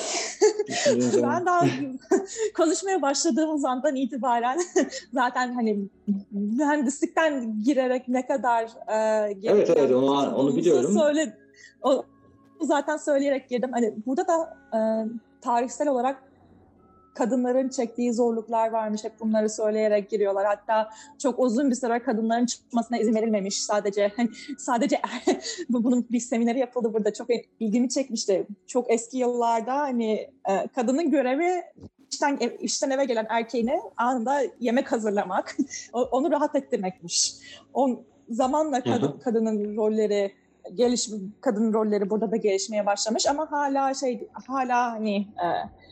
ben daha konuşmaya başladığımız andan itibaren zaten hani mühendislikten girerek ne kadar e, evet evet onu, onu biliyorum. Söyle, o, zaten söyleyerek girdim. Hani burada da e, tarihsel olarak kadınların çektiği zorluklar varmış. Hep bunları söyleyerek giriyorlar. Hatta çok uzun bir süre kadınların çıkmasına izin verilmemiş. Sadece hani sadece bunun bir semineri yapıldı burada. Çok ilgimi çekmişti. Çok eski yıllarda hani kadının görevi işten işten eve gelen erkeğine anında yemek hazırlamak, onu rahat ettirmekmiş. O zamanla kadın, kadının rolleri geliş kadın rolleri burada da gelişmeye başlamış ama hala şey hala hani e,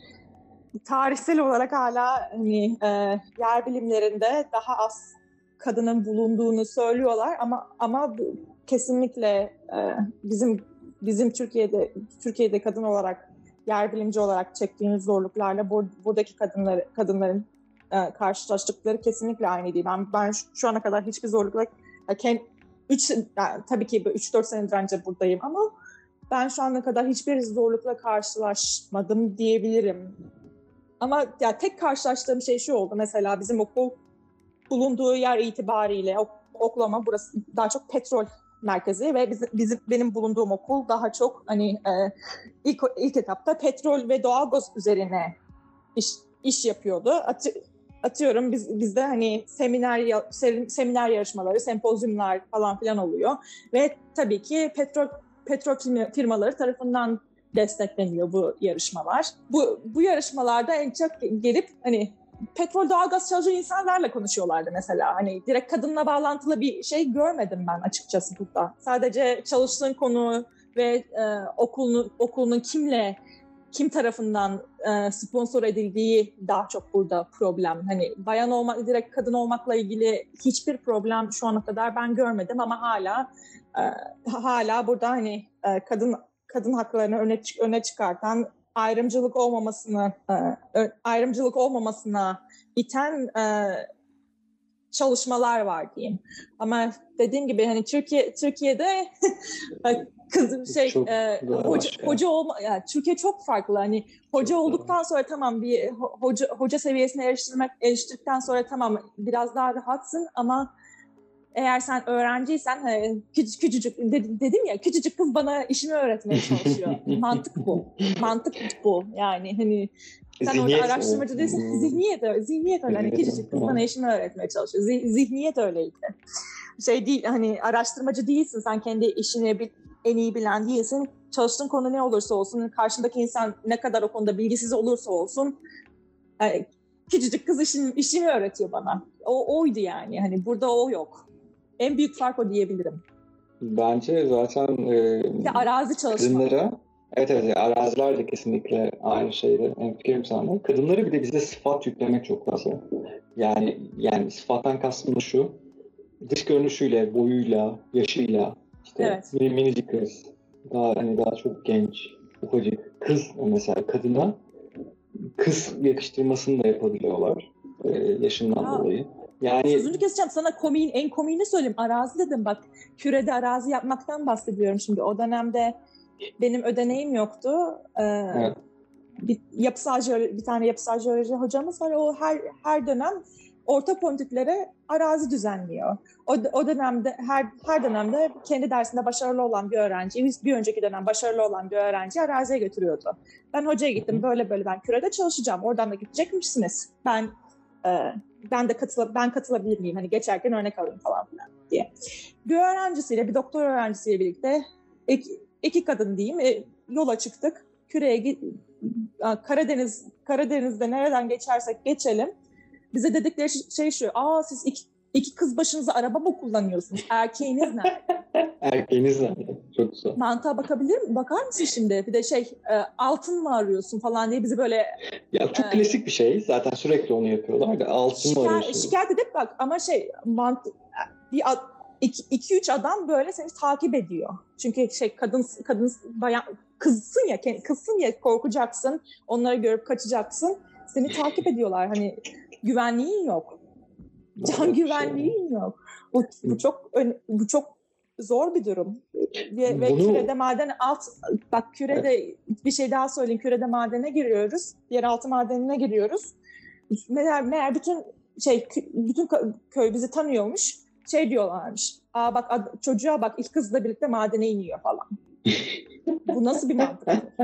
tarihsel olarak hala hani e, yer bilimlerinde daha az kadının bulunduğunu söylüyorlar ama ama bu kesinlikle e, bizim bizim Türkiye'de Türkiye'de kadın olarak yer bilimci olarak çektiğimiz zorluklarla bur, buradaki kadınlar kadınların e, karşılaştıkları kesinlikle aynı değil. Ben ben şu ana kadar hiçbir zorlukla yani üç yani tabii ki üç dört senedir önce buradayım ama ben şu ana kadar hiçbir zorlukla karşılaşmadım diyebilirim. Ama ya tek karşılaştığım şey şu oldu. Mesela bizim okul bulunduğu yer itibariyle ok- Oklahoma burası daha çok petrol merkezi ve bizim, bizim benim bulunduğum okul daha çok hani e, ilk ilk etapta petrol ve doğalgaz üzerine iş iş yapıyordu. Atı, atıyorum biz bizde hani seminer seminer yarışmaları, sempozyumlar falan filan oluyor ve tabii ki petrol petrol firmaları tarafından destekleniyor bu yarışmalar. Bu bu yarışmalarda en çok gelip hani petrol doğalgaz çalışan insanlarla konuşuyorlardı mesela. Hani direkt kadınla bağlantılı bir şey görmedim ben açıkçası burada. Sadece çalıştığın konu ve e, okulun okulunun kimle kim tarafından e, sponsor edildiği daha çok burada problem. Hani bayan olmak, direkt kadın olmakla ilgili hiçbir problem şu ana kadar ben görmedim ama hala e, hala burada hani e, kadın kadın haklarını öne öne çıkartan, ayrımcılık olmamasını e, ayrımcılık olmamasına iten e, çalışmalar var diyeyim. Ama dediğim gibi hani Türkiye Türkiye'de kız şey e, hoca, hoca olma yani Türkiye çok farklı. Hani hoca çok olduktan doğru. Sonra tamam bir hoca hoca seviyesine eriştirmek eriştirdikten sonra tamam biraz daha rahatsın ama eğer sen öğrenciysen küçücük, küçücük dedim ya küçücük kız bana işimi öğretmeye çalışıyor. Mantık bu. Mantık bu. Yani hani sen zihniyet orada araştırmacı değilsin. Zihniyet öyle. Zihniyet öyle. Hani küçücük kız bana işimi öğretmeye çalışıyor. Zihniyet öyleydi. Şey değil hani araştırmacı değilsin. Sen kendi işini en iyi bilen değilsin. Çalıştığın konu ne olursa olsun, karşındaki insan ne kadar o konuda bilgisiz olursa olsun yani küçücük kız işini, işimi öğretiyor bana. O oydu yani. Hani burada o yok. En büyük fark o diyebilirim. Bence zaten e, ya arazi çalışma. Kadınlara, evet evet araziler de kesinlikle aynı şeyde. En fikrim sende. Kadınlara bir de bize sıfat yüklemek çok fazla. Yani yani sıfattan kastım şu. Dış görünüşüyle, boyuyla, yaşıyla, işte evet. Mini, minicik kız, daha hani daha çok genç, ufacık kız mesela kadına kız yakıştırmasını da yapabiliyorlar e, yaşından Aa. dolayı. Yani sözünü keseceğim. Sana komiğin, en komiğini söyleyeyim. Arazi dedim bak. Kürede arazi yapmaktan bahsediyorum şimdi. O dönemde benim ödeneğim yoktu. Ee, evet. bir, yapısal jeoloji, bir tane yapısal jeoloji hocamız var. O her her dönem orta pontiklere arazi düzenliyor. O, o dönemde her her dönemde kendi dersinde başarılı olan bir öğrenci, bir önceki dönem başarılı olan bir öğrenci araziye götürüyordu. Ben hocaya gittim. Böyle böyle ben kürede çalışacağım. Oradan da gidecekmişsiniz. Ben e, ben de katıla, ben katılabilir miyim? Hani geçerken örnek alayım falan filan diye. Bir öğrencisiyle, bir doktor öğrencisiyle birlikte iki, iki kadın diyeyim e, yola çıktık. Küreye Karadeniz Karadeniz'de nereden geçersek geçelim. Bize dedikleri şey şu. Aa siz iki, iki kız başınıza araba mı kullanıyorsunuz? Erkeğiniz nerede? Erkeğiniz nerede? Çok güzel. Mantığa bakabilir mi? Bakar mısın şimdi? Bir de şey e, altın mı arıyorsun falan diye bizi böyle... Ya çok e, klasik bir şey. Zaten sürekli onu yapıyorlar da altın mı arıyorsun? Şikayet edip bak ama şey mantı, bir iki, iki üç adam böyle seni takip ediyor. Çünkü şey kadın kadın bayan kızsın ya kızsın ya korkacaksın. Onları görüp kaçacaksın. Seni takip ediyorlar. Hani güvenliğin yok. Can güvenliğin yok. Bu, bu çok bu çok zor bir durum. Ve, Bunu... ve kürede maden alt bak kürede evet. Bir şey daha söyleyeyim. Kürede madene giriyoruz. Yeraltı madenine giriyoruz. Meğer, meğer bütün şey bütün köy bizi tanıyormuş. Şey diyorlarmış. Aa bak ad, çocuğa bak ilk kızla birlikte madene iniyor falan. Bu nasıl bir mantık?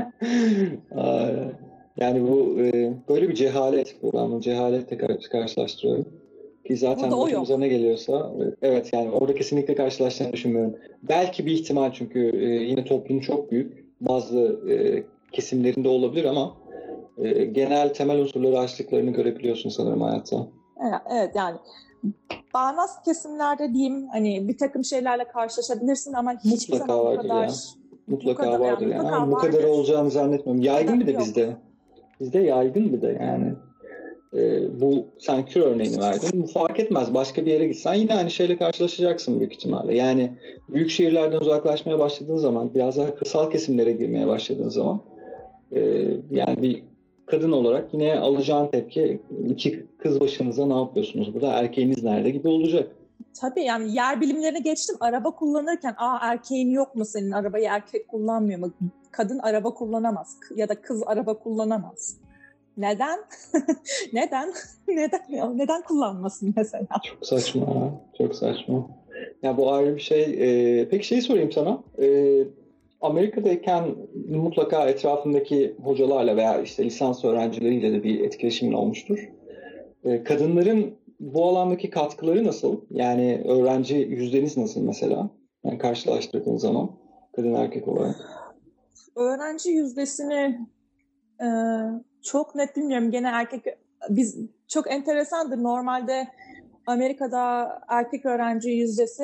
Yani bu e, böyle bir cehalet. Ben bu cehaletle karşılaştırıyorum. Ki zaten başımıza ne geliyorsa evet yani orada kesinlikle karşılaştığını düşünmüyorum. Belki bir ihtimal çünkü e, yine toplum çok büyük. Bazı e, kesimlerinde olabilir ama e, genel temel unsurları açtıklarını görebiliyorsun sanırım hayatta. Evet, evet yani bağnaz kesimlerde diyeyim hani bir takım şeylerle karşılaşabilirsin ama hiçbir mutlaka zaman bu kadar... Ya. Mutlaka bu kadar, vardır yani. yani. Ama bu kadar olacağını zannetmiyorum. Yaygın bir de bizde. Bizde yaygın bir de yani. Ee, bu sen kür örneğini verdin. Bu fark etmez. Başka bir yere gitsen yine aynı şeyle karşılaşacaksın büyük ihtimalle. Yani büyük şehirlerden uzaklaşmaya başladığın zaman, biraz daha kırsal kesimlere girmeye başladığın zaman e, yani bir kadın olarak yine alacağın tepki iki kız başınıza ne yapıyorsunuz burada? Erkeğiniz nerede gibi olacak. Tabii yani yer bilimlerine geçtim. Araba kullanırken aa erkeğin yok mu senin? Arabayı erkek kullanmıyor mu? Kadın araba kullanamaz ya da kız araba kullanamaz. Neden? Neden? Neden? Neden kullanmasın mesela? Çok saçma. Çok saçma. Ya bu ayrı bir şey. Ee, peki şeyi sorayım sana. Ee, Amerika'dayken mutlaka etrafındaki hocalarla veya işte lisans öğrencileriyle de bir etkileşimin olmuştur. Ee, kadınların bu alandaki katkıları nasıl? Yani öğrenci yüzdeniz nasıl mesela? Yani karşılaştırdığın zaman kadın erkek olarak. Öğrenci yüzdesini e, çok net bilmiyorum. Gene erkek biz çok enteresandır. Normalde Amerika'da erkek öğrenci yüzdesi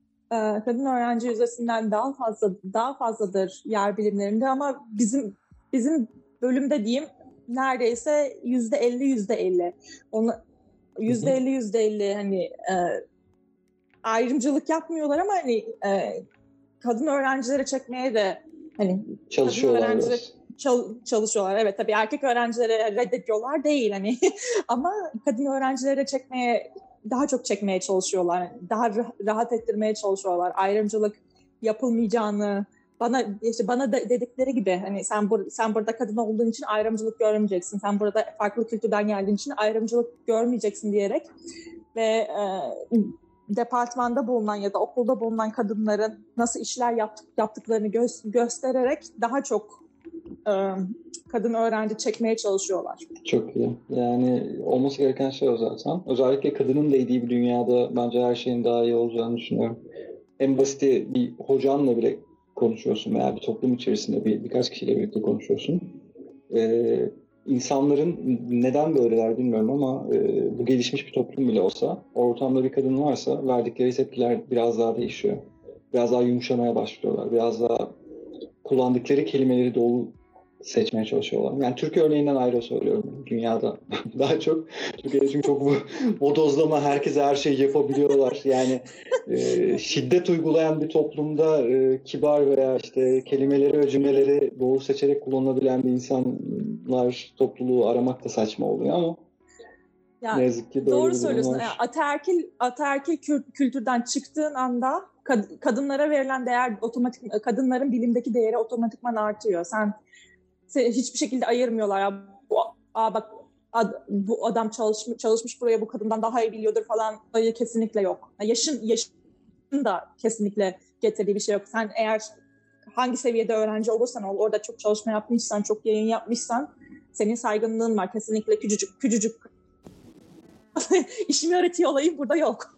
e, kadın öğrenci yüzdesinden daha fazla daha fazladır yer bilimlerinde ama bizim bizim bölümde diyeyim neredeyse yüzde elli yüzde elli. Onu yüzde elli yüzde elli hani e, ayrımcılık yapmıyorlar ama hani e, kadın öğrencilere çekmeye de hani çalışıyorlar biraz. Çal, çalışıyorlar. Evet tabii erkek öğrencilere reddediyorlar değil hani ama kadın öğrencilere çekmeye daha çok çekmeye çalışıyorlar. Daha rah- rahat ettirmeye çalışıyorlar. Ayrımcılık yapılmayacağını bana işte bana da dedikleri gibi hani sen bur- sen burada kadın olduğun için ayrımcılık görmeyeceksin. Sen burada farklı kültürden geldiğin için ayrımcılık görmeyeceksin diyerek ve e, departmanda bulunan ya da okulda bulunan kadınların nasıl işler yaptık, yaptıklarını gö- göstererek daha çok e, kadın öğrenci çekmeye çalışıyorlar. Çok iyi. Yani olması gereken şey o zaten. Özellikle kadının değdiği bir dünyada bence her şeyin daha iyi olacağını düşünüyorum. En basiti bir hocanla bile konuşuyorsun veya bir toplum içerisinde bir birkaç kişiyle birlikte konuşuyorsun. Ee, insanların neden böyleler bilmiyorum ama e, bu gelişmiş bir toplum bile olsa ortamda bir kadın varsa verdikleri tepkiler biraz daha değişiyor. Biraz daha yumuşamaya başlıyorlar. Biraz daha kullandıkları kelimeleri doğru seçmeye çalışıyorlar. Yani Türkiye örneğinden ayrı söylüyorum. Dünyada daha çok. Türkiye'de çünkü çok bu bodozlama, herkese her şeyi yapabiliyorlar. Yani e, şiddet uygulayan bir toplumda e, kibar veya işte kelimeleri ve cümleleri doğru seçerek kullanılabilen bir insanlar topluluğu aramak da saçma oluyor ama ya, ne yazık ki böyle doğru bir durum söylüyorsun. var. Yani ataerkil, ataerkil kültürden çıktığın anda kad- kadınlara verilen değer otomatik, kadınların bilimdeki değeri otomatikman artıyor. Sen, sen hiçbir şekilde ayırmıyorlar. Ya, bu, aa bak ad, bu adam çalışmış, çalışmış buraya bu kadından daha iyi biliyordur falan. Hayır, kesinlikle yok. Yaşın, yaşın da kesinlikle getirdiği bir şey yok. Sen eğer hangi seviyede öğrenci olursan ol, orada çok çalışma yapmışsan, çok yayın yapmışsan senin saygınlığın var. Kesinlikle küçücük, küçücük İşimi öğretiyor olayım burada yok.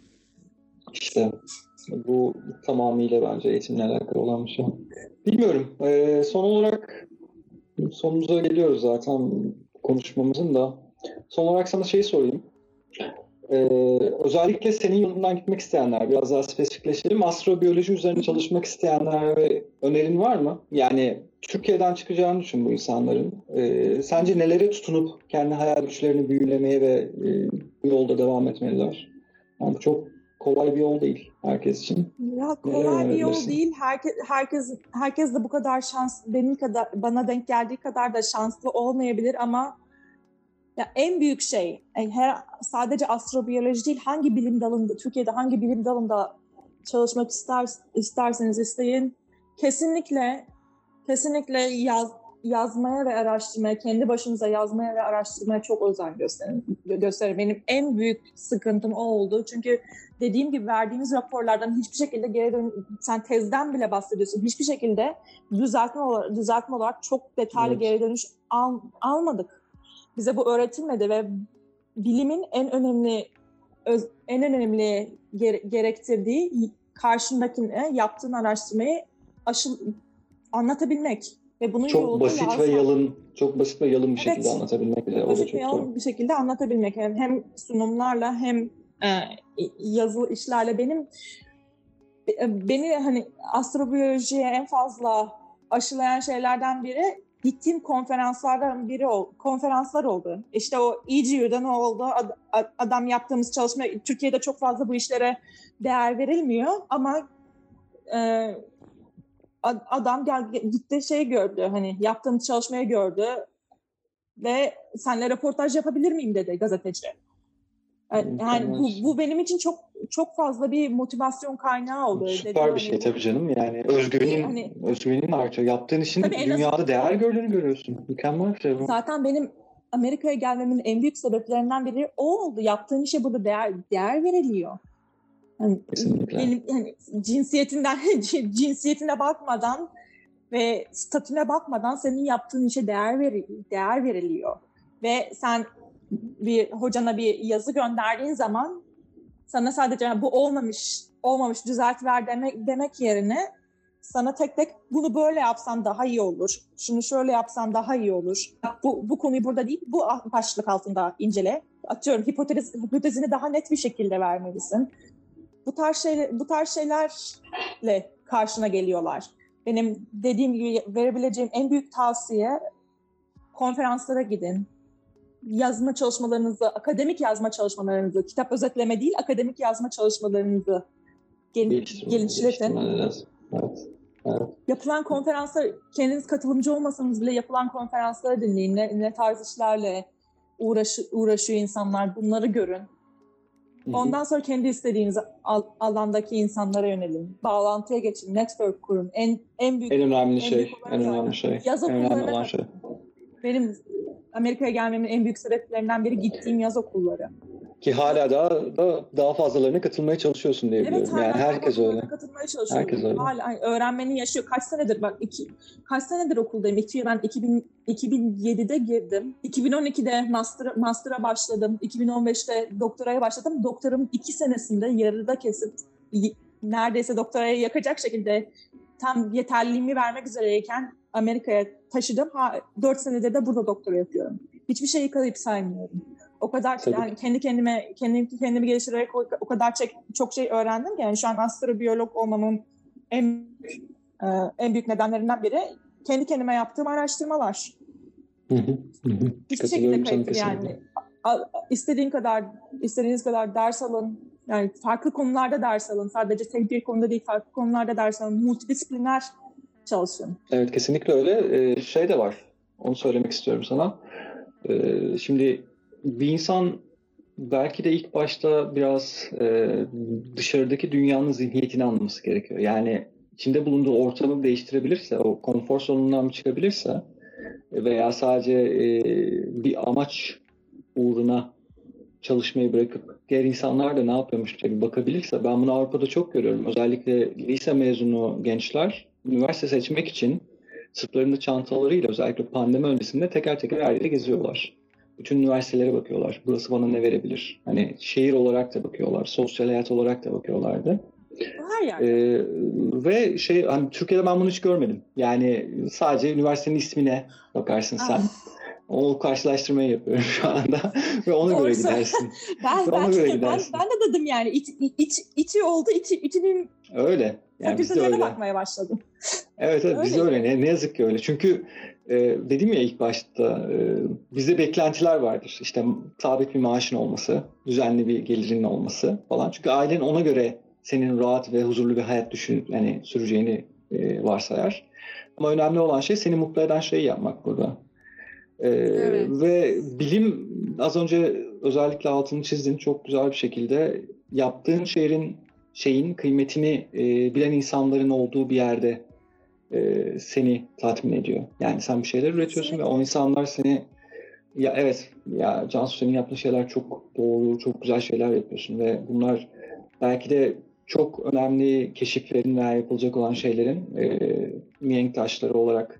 İşte bu tamamıyla bence eğitimle alakalı olan bir şey. Bilmiyorum. Ee, son olarak sonumuza geliyoruz zaten konuşmamızın da. Son olarak sana şeyi sorayım. Ee, özellikle senin yolundan gitmek isteyenler, biraz daha spesifikleşelim. Astrobiyoloji üzerine çalışmak isteyenler ve önerin var mı? Yani Türkiye'den çıkacağını düşün bu insanların. Ee, sence nelere tutunup kendi hayal güçlerini büyülemeye ve e, bu yolda devam etmeliler? Yani çok kolay bir yol değil herkes için. Ya kolay bir yol değil. Herkes herkes herkes de bu kadar şans benim kadar bana denk geldiği kadar da şanslı olmayabilir ama ya en büyük şey yani her sadece astrobiyoloji değil hangi bilim dalında Türkiye'de hangi bilim dalında çalışmak ister isterseniz isteyin kesinlikle kesinlikle yaz, yazmaya ve araştırmaya kendi başınıza yazmaya ve araştırmaya çok özen gösterin. gösterin. Benim en büyük sıkıntım o oldu. Çünkü dediğim gibi verdiğimiz raporlardan hiçbir şekilde geri dön sen tezden bile bahsediyorsun. Hiçbir şekilde düzeltme olarak, düzeltme olarak çok detaylı evet. geri dönüş al, almadık. Bize bu öğretilmedi ve bilimin en önemli öz, en önemli gere, gerektirdiği karşındakine yaptığın araştırmayı aşıl, anlatabilmek ve bunun çok basit yazmak. ve yalın, çok basit ve yalın bir evet. şekilde anlatabilmek bile basit o da çok ve yalın zor. Bir şekilde anlatabilmek yani hem sunumlarla hem e, yazılı işlerle benim beni hani astrobiyolojiye en fazla aşılayan şeylerden biri gittiğim konferanslardan biri o konferanslar oldu. İşte o E G U'dan oldu. Ad, adam yaptığımız çalışma Türkiye'de çok fazla bu işlere değer verilmiyor ama e, adam gel, gitti şey gördü hani yaptığımız çalışmayı gördü ve seninle röportaj yapabilir miyim dedi gazeteci. Yani, yani bu, bu benim için çok çok fazla bir motivasyon kaynağı oldu. Süper dedim, bir hani şey bu, tabii canım yani özgüvenin hani, özgüvenin artıyor. Yaptığın işin dünyada az... değer gördüğünü görüyorsun. Mükemmel bir şey bu. Zaten benim Amerika'ya gelmemin en büyük sebeplerinden biri o oldu. Yaptığın işe burada değer değer veriliyor. Yani, kesinlikle. Benim yani cinsiyetinden cinsiyetine bakmadan ve statüne bakmadan senin yaptığın işe değer veri, değer veriliyor. Ve sen bir hocana bir yazı gönderdiğin zaman sana sadece bu olmamış, olmamış düzelt ver demek demek yerine sana tek tek bunu böyle yapsan daha iyi olur. Şunu şöyle yapsan daha iyi olur. Bu bu konuyu burada değil, bu başlık altında incele. Atıyorum hipotez hipotezini daha net bir şekilde vermelisin. Bu tarz şeyler bu tarz şeylerle karşına geliyorlar. benim dediğim gibi verebileceğim en büyük tavsiye konferanslara gidin. Yazma çalışmalarınızı, akademik yazma çalışmalarınızı, kitap özetleme değil, akademik yazma çalışmalarınızı gel- geliştirin. Evet. Evet. Yapılan konferanslar, kendiniz katılımcı olmasanız bile yapılan konferansları dinleyin. Ne, ne tarz işlerle uğraş, uğraşıyor insanlar, bunları görün. Ondan sonra kendi istediğiniz al, alandaki insanlara yönelin. Bağlantıya geçin, network kurun. En en büyük en önemli en şey, büyük en önemli şey. Yaz en önemli olan okullarına şey. Benim Amerika'ya gelmemin en büyük sebeplerinden biri gittiğim yaz okulları. Ki hala daha da daha fazlalarına katılmaya çalışıyorsun diye biliyorum. Evet, yani herkes öyle. Katılmaya çalışıyorum. Herkes öyle. Hala öğrenmenin yaşıyor. Kaç senedir bak iki kaç senedir okuldayım. İki, ben iki bin, iki bin yedide girdim. iki bin on ikide master master'a başladım. iki bin on beşte doktoraya başladım. Doktorum iki senesinde yarıda kesip neredeyse doktoraya yakacak şekilde tam yeterliliğimi vermek üzereyken Amerika'ya taşıdım. Ha, dört senedir de burada doktora yapıyorum. Hiçbir şeyi kayıp saymıyorum. O kadar Tabii. yani kendi kendime kendi kendimi geliştirerek o, o kadar çok, çok şey öğrendim ki yani şu an astrobiyolog olmamın en e, en büyük nedenlerinden biri kendi kendime yaptığım araştırmalar. Hı hı, hı. Hiçbir şekilde kayıp yani. İstediğin kadar istediğiniz kadar ders alın. Yani farklı konularda ders alın. Sadece tek bir konuda değil, farklı konularda ders alın. Multidisipliner çalışın. Evet, kesinlikle öyle. Ee, şey de var. Onu söylemek istiyorum sana. Ee, şimdi bir insan belki de ilk başta biraz e, dışarıdaki dünyanın zihniyetini anlaması gerekiyor. Yani içinde bulunduğu ortamı değiştirebilirse, o konfor zonundan çıkabilirse veya sadece e, bir amaç uğruna çalışmayı bırakıp diğer insanlar da ne yapıyormuş diye bakabilirse, ben bunu Avrupa'da çok görüyorum. Özellikle lise mezunu gençler üniversite seçmek için sırtlarında çantalarıyla özellikle pandemi öncesinde teker teker her yere geziyorlar. Bütün üniversitelere bakıyorlar. Burası bana ne verebilir? Hani şehir olarak da bakıyorlar, sosyal hayat olarak da bakıyorlardı. Her yerde. Ee, ve şey hani Türkiye'de ben bunu hiç görmedim. Yani sadece üniversitenin ismine bakarsın sen. O karşılaştırmayı yapıyorum şu anda ve ona Doğrusu. göre gidersin. ben, ben, göre ben, gidersin. ben de dedim yani iç, iç, içi oldu, içi, içinin öyle. Yani fakültelerine bakmaya başladım. Evet, evet bizde öyle. Ne, ne yazık ki öyle. Çünkü e, dedim ya ilk başta e, bizde beklentiler vardır. İşte sabit bir maaşın olması, düzenli bir gelirinin olması falan. Çünkü ailen ona göre senin rahat ve huzurlu bir hayat düşün, yani süreceğini e, varsayar. Ama önemli olan şey seni mutlu eden şeyi yapmak burada. Ee, evet. Ve bilim, az önce özellikle altını çizdin çok güzel bir şekilde, yaptığın şeyin şeyin kıymetini e, bilen insanların olduğu bir yerde e, seni tatmin ediyor. Yani sen bir şeyler üretiyorsun Kesinlikle. Ve o insanlar seni, ya evet ya Cansu senin yaptığın şeyler çok doğru, çok güzel şeyler yapıyorsun ve bunlar belki de çok önemli keşiflerin veya yapılacak olan şeylerin e, mihenk taşları olarak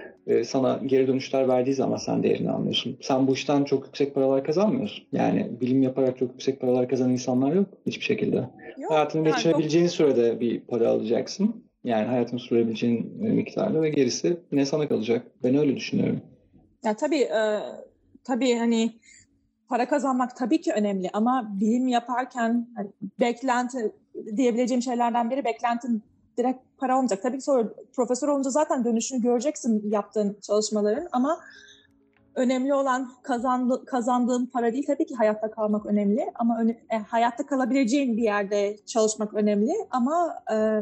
sana geri dönüşler verdiği zaman sen değerini anlıyorsun. Sen bu işten çok yüksek paralar kazanmıyorsun. Yani bilim yaparak çok yüksek paralar kazanan insanlar yok hiçbir şekilde. Yok, hayatını yani geçirebileceğin çok... sürede bir para alacaksın. Yani hayatını sürebileceğin miktarda ve gerisi yine sana kalacak. Ben öyle düşünüyorum. Ya tabii e, tabii hani para kazanmak tabii ki önemli ama bilim yaparken hani beklenti diyebileceğim şeylerden biri beklentin direkt para olmayacak. Tabii ki sonra profesör olunca zaten dönüşünü göreceksin yaptığın çalışmaların ama önemli olan kazandı, kazandığın para değil. Tabii ki hayatta kalmak önemli ama öne, e, hayatta kalabileceğin bir yerde çalışmak önemli ama e,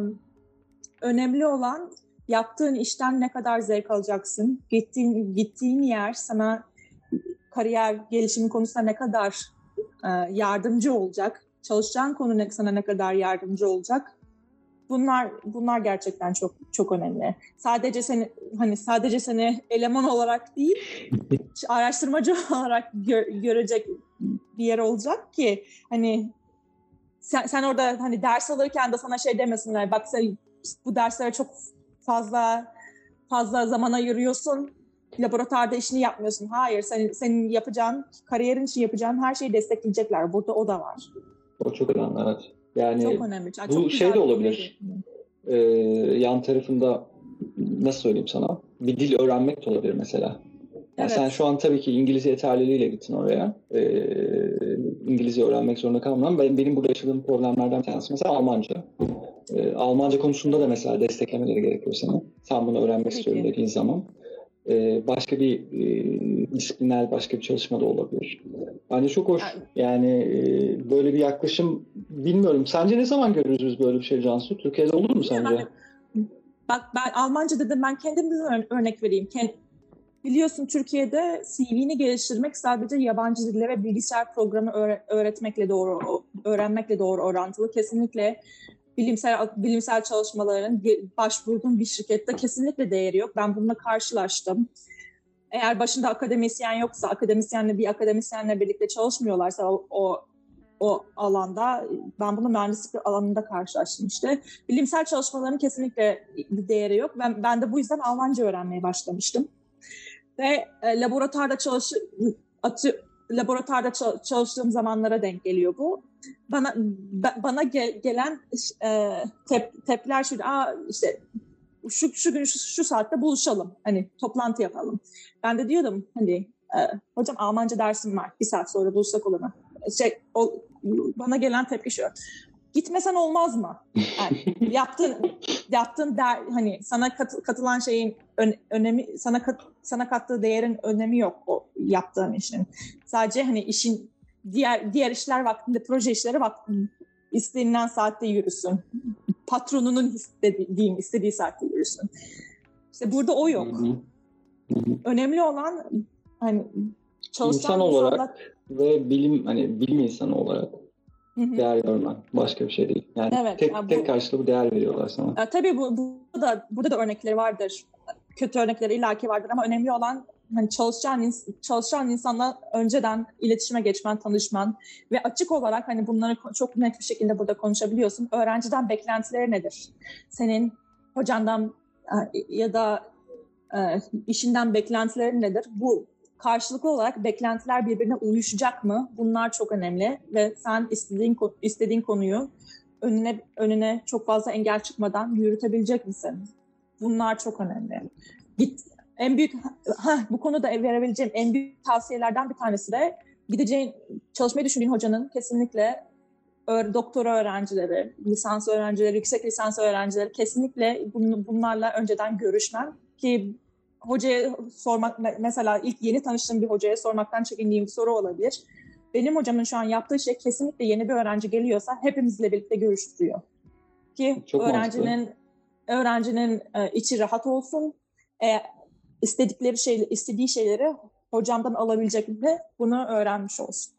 önemli olan yaptığın işten ne kadar zevk alacaksın. Gittiğin, gittiğin yer sana kariyer gelişimi konusunda ne kadar e, yardımcı olacak. Çalışacağın konu ne, sana ne kadar yardımcı olacak. Bunlar bunlar gerçekten çok çok önemli. Sadece seni hani sadece seni eleman olarak değil, araştırmacı olarak gö- görecek bir yer olacak ki hani sen, sen orada hani ders alırken de sana şey demesinler. Bak sen bu derslere çok fazla fazla zaman ayırıyorsun. Laboratuvarda işini yapmıyorsun. Hayır, senin senin yapacağın, kariyerin için yapacağın her şeyi destekleyecekler. Burada o da var. O çok önemli, evet. Yani çok önemli. Yani bu çok şey de olabilir. Ee, yan tarafında nasıl söyleyeyim sana? Bir dil öğrenmek de olabilir mesela. Yani evet. Sen şu an tabii ki İngilizce yeterliliğiyle gittin oraya. Ee, İngilizce öğrenmek zorunda kalmam. Ben, benim burada yaşadığım problemlerden bir tanesi mesela Almanca. E, Almanca konusunda da mesela desteklemeleri gerekiyor sana. Sen bunu öğrenmek Tabii istiyorum ki. dediğin zaman. E, başka bir e, disipliner, başka bir çalışma da olabilir. Bence çok hoş. Yani, Yani e, böyle bir yaklaşım bilmiyorum. Sence ne zaman görürüz biz böyle bir şey Cansu? Türkiye'de olur mu sence? yani, bak ben Almanca dedim, ben kendimden örnek vereyim. Kend, biliyorsun Türkiye'de C V'ni geliştirmek sadece yabancı dille ve bilgisayar programı öğretmekle doğru, öğrenmekle doğru orantılı. Kesinlikle bilimsel bilimsel çalışmaların başvurduğum bir şirkette kesinlikle değeri yok. Ben bununla karşılaştım. Eğer başında akademisyen yoksa, akademisyenle bir akademisyenle birlikte çalışmıyorlarsa o, o o alanda, ben bunu mühendislik alanında karşılaştım işte. Bilimsel çalışmaların kesinlikle bir değeri yok. Ben, ben de bu yüzden Almanca öğrenmeye başlamıştım. Ve e, laboratuvarda çalış atı, laboratuvarda çalıştığım zamanlara denk geliyor bu. Bana bana gel, gelen e, tep, tepkiler şuydu. Aa işte şu şu gün şu, şu saatte buluşalım. Hani toplantı yapalım. Ben de diyordum hani e, hocam Almanca dersim var. Bir saat sonra buluşsak olur mu? Şey, o, bana gelen tepki şu. Gitmesen olmaz mı? Yani yaptığın yaptığın der, hani sana kat, katılan şeyin ön, önemi, sana kat, sana kattığı değerin önemi yok o yaptığın işin. Sadece hani işin diğer diğer işler vaktinde, proje işleri vaktinde istenilen saatte yürüsün. Patronunun istediği, istediği saatte yürüsün. İşte burada o yok. Hı hı. Hı hı. Önemli olan hani çalışan İnsan olarak insanlar... ve bilim hani bilim insanı olarak hı hı. değer görmen başka bir şey değil. Yani evet, tek yani bu, tek karşılığı değer veriyorlar sana. E, tabii bu, bu da burada da örnekleri vardır. Kötü örnekleri illaki vardır ama önemli olan hani çalışan çalışan insanla önceden iletişime geçmen, tanışman ve açık olarak hani bunları çok net bir şekilde burada konuşabiliyorsun. Öğrenciden beklentileri nedir? Senin hocandan ya da e, işinden beklentileri nedir? Bu karşılıklı olarak beklentiler birbirine uyuşacak mı? Bunlar çok önemli ve sen istediğin istediğin konuyu önüne önüne çok fazla engel çıkmadan yürütebilecek misin? Bunlar çok önemli. Git en büyük ha, bu konuda verebileceğim en büyük tavsiyelerden bir tanesi de gideceğin çalışmayı düşündüğün hocanın kesinlikle doktora öğrencileri, lisans öğrencileri, yüksek lisans öğrencileri kesinlikle bun, bunlarla önceden görüşmen ki hocaya sormak, mesela ilk yeni tanıştığım bir hocaya sormaktan çekindiğim bir soru olabilir. Benim hocamın şu an yaptığı şey kesinlikle yeni bir öğrenci geliyorsa hepimizle birlikte görüştürüyor. Ki çok öğrencinin mantıklı. öğrencinin içi rahat olsun. E, istedikleri şey, istediği şeyleri hocamdan alabilecek mi? Bunu öğrenmiş olsun.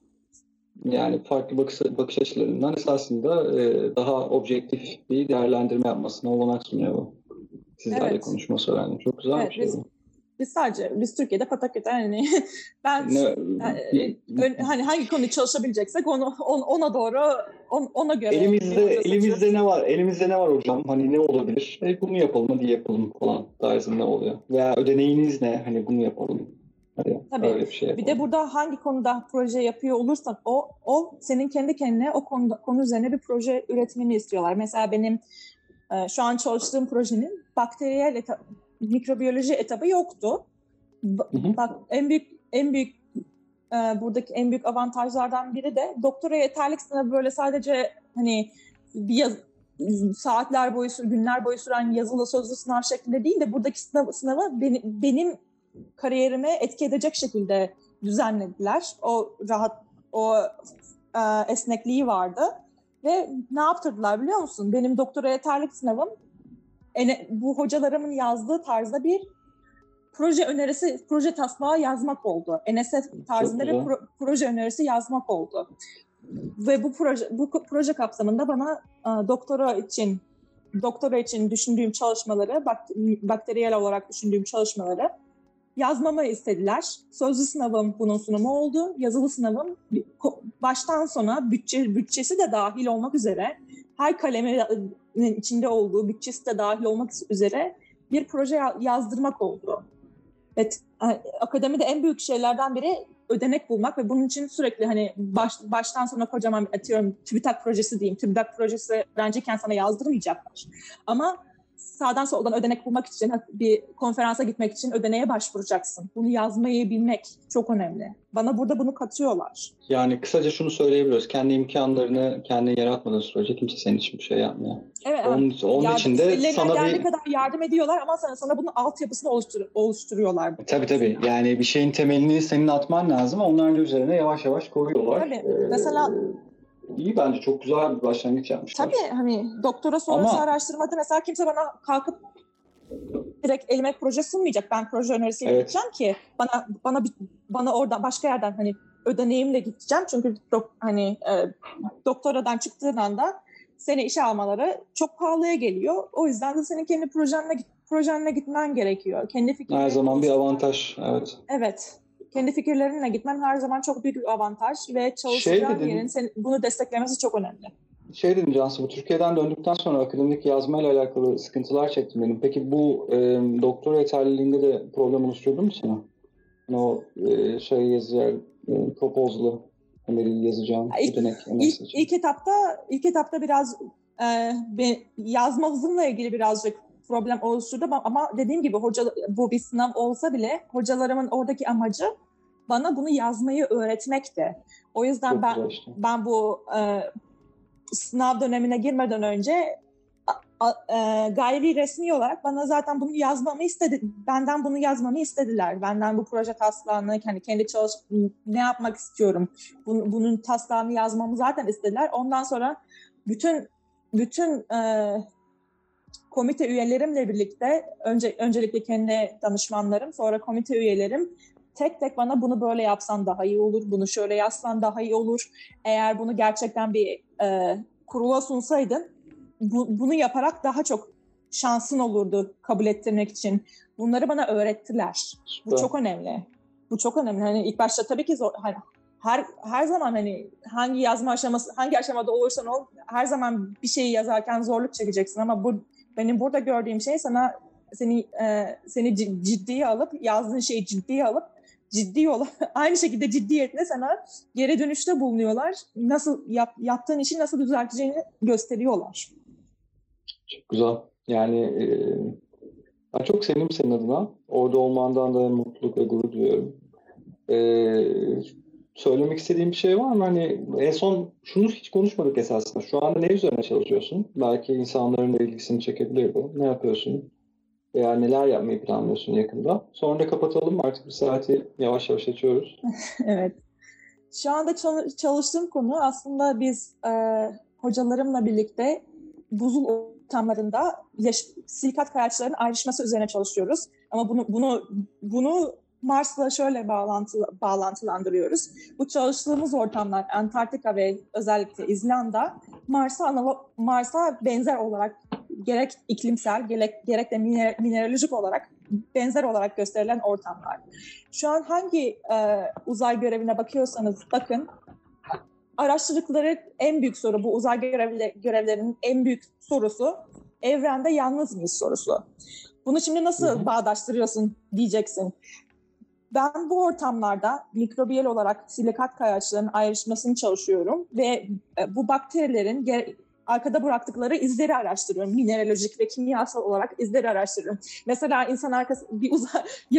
Yani farklı bakış, bakış açılarından esasında e, daha objektif bir değerlendirme yapmasına olanak sunuyor bu. Sizlerle evet. konuşması öğrendim. Çok güzel evet, bir şey biz, bu. Biz sadece, biz Türkiye'de patakete hani ben ne, yani, ön, hani hangi konuyu çalışabileceksek onu ona doğru on, ona göre. Elimizde elimizde ne var? Elimizde ne var hocam? Hani ne olabilir? E, bunu yapalım, hadi yapalım falan tarzında oluyor. Veya ödeneğiniz ne? Hani bunu yapalım. Hadi tabii. Öyle bir şey yapalım. Bir de burada hangi konuda proje yapıyor olursan o o senin kendi kendine o konuda konu üzerine bir proje üretmeni istiyorlar. Mesela benim e, şu an çalıştığım projenin bakteriyel etap, mikrobiyoloji etabı yoktu. Ba- bak en büyük en büyük e, buradaki en büyük avantajlardan biri de doktora yeterlik sınavı böyle sadece hani bir yaz, saatler boyu günler boyu süren yazılı sözlü sınav şeklinde değil de buradaki sınav, sınavı benim, benim kariyerime etki edecek şekilde düzenlediler. O rahat o e, esnekliği vardı ve ne yaptırdılar biliyor musun? Benim doktora yeterlik sınavım en, bu hocalarımın yazdığı tarzda bir proje önerisi, proje taslağı yazmak oldu. N S F tarzında bir pro, proje önerisi yazmak oldu. Ve bu proje bu proje kapsamında bana e, doktora için doktora için düşündüğüm çalışmaları, bak, bakteriyel olarak düşündüğüm çalışmaları yazmamı istediler. Sözlü sınavım bunun sunumu oldu. Yazılı sınavım baştan sona bütçe bütçesi de dahil olmak üzere, her kalemin içinde olduğu bütçesi de dahil olmak üzere bir proje yazdırmak oldu. Evet, akademide en büyük şeylerden biri ödenek bulmak ve bunun için sürekli hani baş, baştan sona kocaman atıyorum TÜBİTAK projesi diyeyim. TÜBİTAK projesi öğrenciyken sana yazdırmayacaklar. Ama sağdan soldan ödenek bulmak için, bir konferansa gitmek için ödeneğe başvuracaksın. Bunu yazmayı bilmek çok önemli. Bana burada bunu katıyorlar. Yani kısaca şunu söyleyebiliyoruz. Kendi imkanlarını kendin yaratmadığın sürece kimse senin için bir şey yapmıyor. Evet. Onun, onun için de sana bir... kadar yardım ediyorlar ama sana, sana bunun altyapısını oluştur, oluşturuyorlar. Tabii tabii. Yani bir şeyin temelini senin atman lazım. Onlar da üzerine yavaş yavaş koyuyorlar. Tabii. Ee, Mesela... İyi, bence çok güzel bir başlangıç yapmışlar. Tabii hani doktora sonrası ama... araştırmada mesela kimse bana kalkıp direkt elime proje sunmayacak. Ben proje önerisiyle evet. gideceğim ki bana bana bana oradan başka yerden hani ödeneğimle gideceğim. Çünkü dok, hani e, doktoradan çıktığın anda seni işe almaları çok pahalıya geliyor. O yüzden de senin kendi projenle projenle gitmen gerekiyor. Kendi fikirlerin her zaman bir avantaj. Evet. Evet. Kendi fikirlerinle gitmen her zaman çok büyük bir avantaj ve çalışacağın şey yerin seni bunu desteklemesi çok önemli. Şey dedim Cansu, bu Türkiye'den döndükten sonra akademik yazmayla alakalı sıkıntılar çektim benim. Peki bu e, doktora yeterliliğinde de problem oluşturdu mu sana? O e, şey yazıyor, e, proposal'ı öneriyi yazacağım. İlk, ilk, ilk etapta ilk etapta biraz e, yazma hızımla ilgili birazcık problem oluşturdu ama dediğim gibi hoca, bu bir sınav olsa bile hocalarımın oradaki amacı bana bunu yazmayı öğretmekti. O yüzden çok ben işte. ben bu e, sınav dönemine girmeden önce a, a, e, gayri resmi olarak bana zaten bunu yazmamı istedi. Benden bunu yazmamı istediler. Benden bu proje taslağını, hani kendi çalış ne yapmak istiyorum. Bunun, bunun taslağını yazmamı zaten istediler. Ondan sonra bütün bütün e, komite üyelerimle birlikte önce öncelikle kendi danışmanlarım, sonra komite üyelerim tek tek bana bunu böyle yapsan daha iyi olur, bunu şöyle yazsan daha iyi olur. Eğer bunu gerçekten bir e, kurula sunsaydın, bu, bunu yaparak daha çok şansın olurdu kabul ettirmek için. Bunları bana öğrettiler. Bu evet. çok önemli. Bu çok önemli. Hani ilk başta tabii ki zor. Hani her her zaman hani hangi yazma aşaması, hangi aşamada olursan ol, her zaman bir şeyi yazarken zorluk çekeceksin ama bu benim burada gördüğüm şey sana seni e, seni ciddiye alıp yazdığın şeyi ciddiye alıp ciddi olarak aynı şekilde ciddiyetle sana geri dönüşte bulunuyorlar. Nasıl yap, yaptığın işi nasıl düzelteceğini gösteriyorlar. Çok güzel. Yani e, ben çok sevindim senin adına. Orada olmandan da mutluluk ve gurur duyuyorum. E, söylemek istediğim bir şey var mı? Hani en son şunu hiç konuşmadık esasında. Şu anda ne üzerine çalışıyorsun? Belki insanların da ilgisini çekebilir bu. Ne yapıyorsun? Veya neler yapmayı planlıyorsun yakında? Sonra da kapatalım. Artık bir saati yavaş yavaş açıyoruz. Evet. Şu anda çalıştığım konu aslında biz e, hocalarımla birlikte buzul ortamlarında yaş- silikat kayaçlarının ayrışması üzerine çalışıyoruz. Ama bunu bunu bunu Mars'la şöyle bağlantılı, bağlantılandırıyoruz. Bu çalıştığımız ortamlar Antarktika ve özellikle İzlanda Mars'a analog, Mars'a benzer olarak gerek iklimsel gerek, gerek de miner, mineralojik olarak benzer olarak gösterilen ortamlar. Şu an hangi e, uzay görevine bakıyorsanız bakın, araştırdıkları en büyük soru, bu uzay görevli, görevlerinin en büyük sorusu evrende yalnız mıyız sorusu. Bunu şimdi nasıl Hı-hı. bağdaştırıyorsun diyeceksin. Ben bu ortamlarda mikrobiyal olarak silikat kayaçlarının ayrışmasını çalışıyorum ve bu bakterilerin ge- arkada bıraktıkları izleri araştırıyorum. Mineralojik ve kimyasal olarak izleri araştırıyorum. Mesela insan arkası bir uzay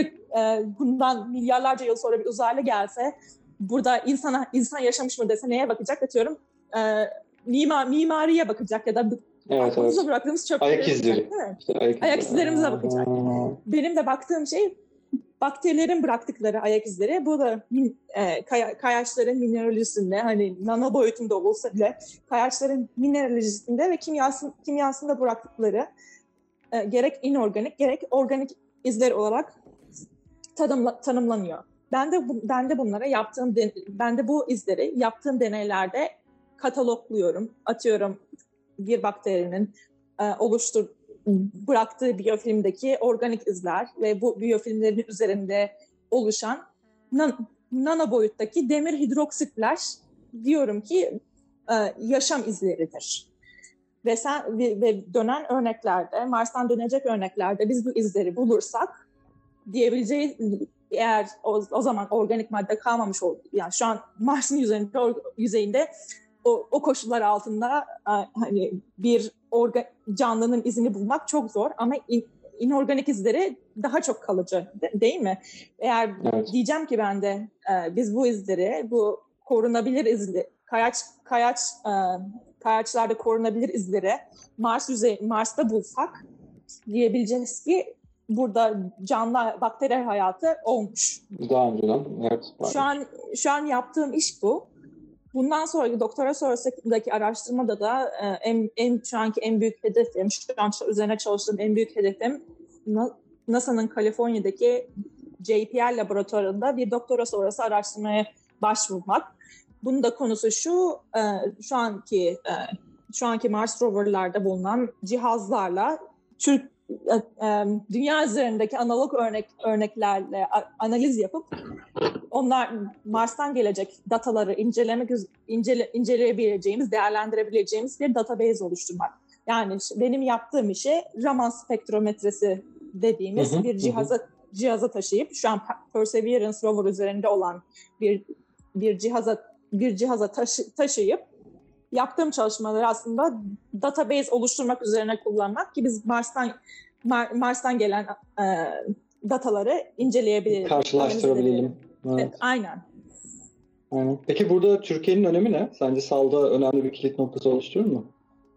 bundan milyarlarca yıl sonra bir uzaylı gelse burada insana insan yaşamış mı dese neye bakacak atıyorum? E, mimar mimariye bakacak ya da evet, evet. bıraktığımız çöp ayak izleri. İşte ayak, ayak izlerimize bakacak. Benim de baktığım şey bakterilerin bıraktıkları ayak izleri. Bu da e, kaya, kayaçların mineralojisinde, hani nano boyutunda olsa bile kayaçların mineralojisinde ve kimyasın, kimyasında bıraktıkları e, gerek inorganik gerek organik izler olarak tanımla, tanımlanıyor. Ben de bu, ben de bunlara yaptığım den, ben de bu izleri yaptığım deneylerde katalogluyorum. Atıyorum bir bakterinin e, oluştur bıraktığı biyofilmdeki organik izler ve bu biyofilmlerin üzerinde oluşan nan- nano boyuttaki demir hidroksitler diyorum ki e, yaşam izleridir. Ve, sen, ve, ve dönen örneklerde, Mars'tan dönecek örneklerde biz bu izleri bulursak diyebileceğiz, eğer o, o zaman organik madde kalmamış oldu. Yani şu an Mars'ın yüzeyinde, yüzeyinde o, o koşullar altında hani bir orga, canlının izini bulmak çok zor ama in, inorganik izleri daha çok kalıcı değil mi? Eğer evet. diyeceğim ki ben de e, biz bu izleri, bu korunabilir izleri, kayaç kayaç e, kayaçlarda korunabilir izleri Mars yüzey Mars'ta bulsak diyebileceğiz ki burada canlı bakteri hayatı olmuş. Daha önceden evet. Var. Şu an şu an yaptığım iş bu. Bundan sonraki doktora sonrasındaki araştırmada da e, en, en şu anki en büyük hedefim, şu an üzerine çalıştığım en büyük hedefim NASA'nın Kaliforniya'daki J P L laboratuvarında bir doktora sonrası araştırmaya başvurmak. Bunun da konusu şu, e, şu anki e, şu anki Mars roverlarda bulunan cihazlarla Türk e, e, dünya üzerindeki analog örnek örneklerle a, analiz yapıp onlar Mars'tan gelecek dataları incelemek incele, inceleyebileceğimiz, değerlendirebileceğimiz bir database oluşturmak. Yani benim yaptığım işi Raman spektrometresi dediğimiz hı hı, bir cihaza hı. cihaza taşıyıp şu an Perseverance rover üzerinde olan bir bir cihaza bir cihaza taşı, taşıyıp yaptığım çalışmaları aslında database oluşturmak üzerine kullanmak ki biz Mars'tan Mar, Mars'tan gelen e, dataları inceleyebilelim. Karşılaştırabilelim. Evet. Evet, aynen. aynen. Peki burada Türkiye'nin önemi ne? Sence SAL'da önemli bir kilit noktası oluşturur mu?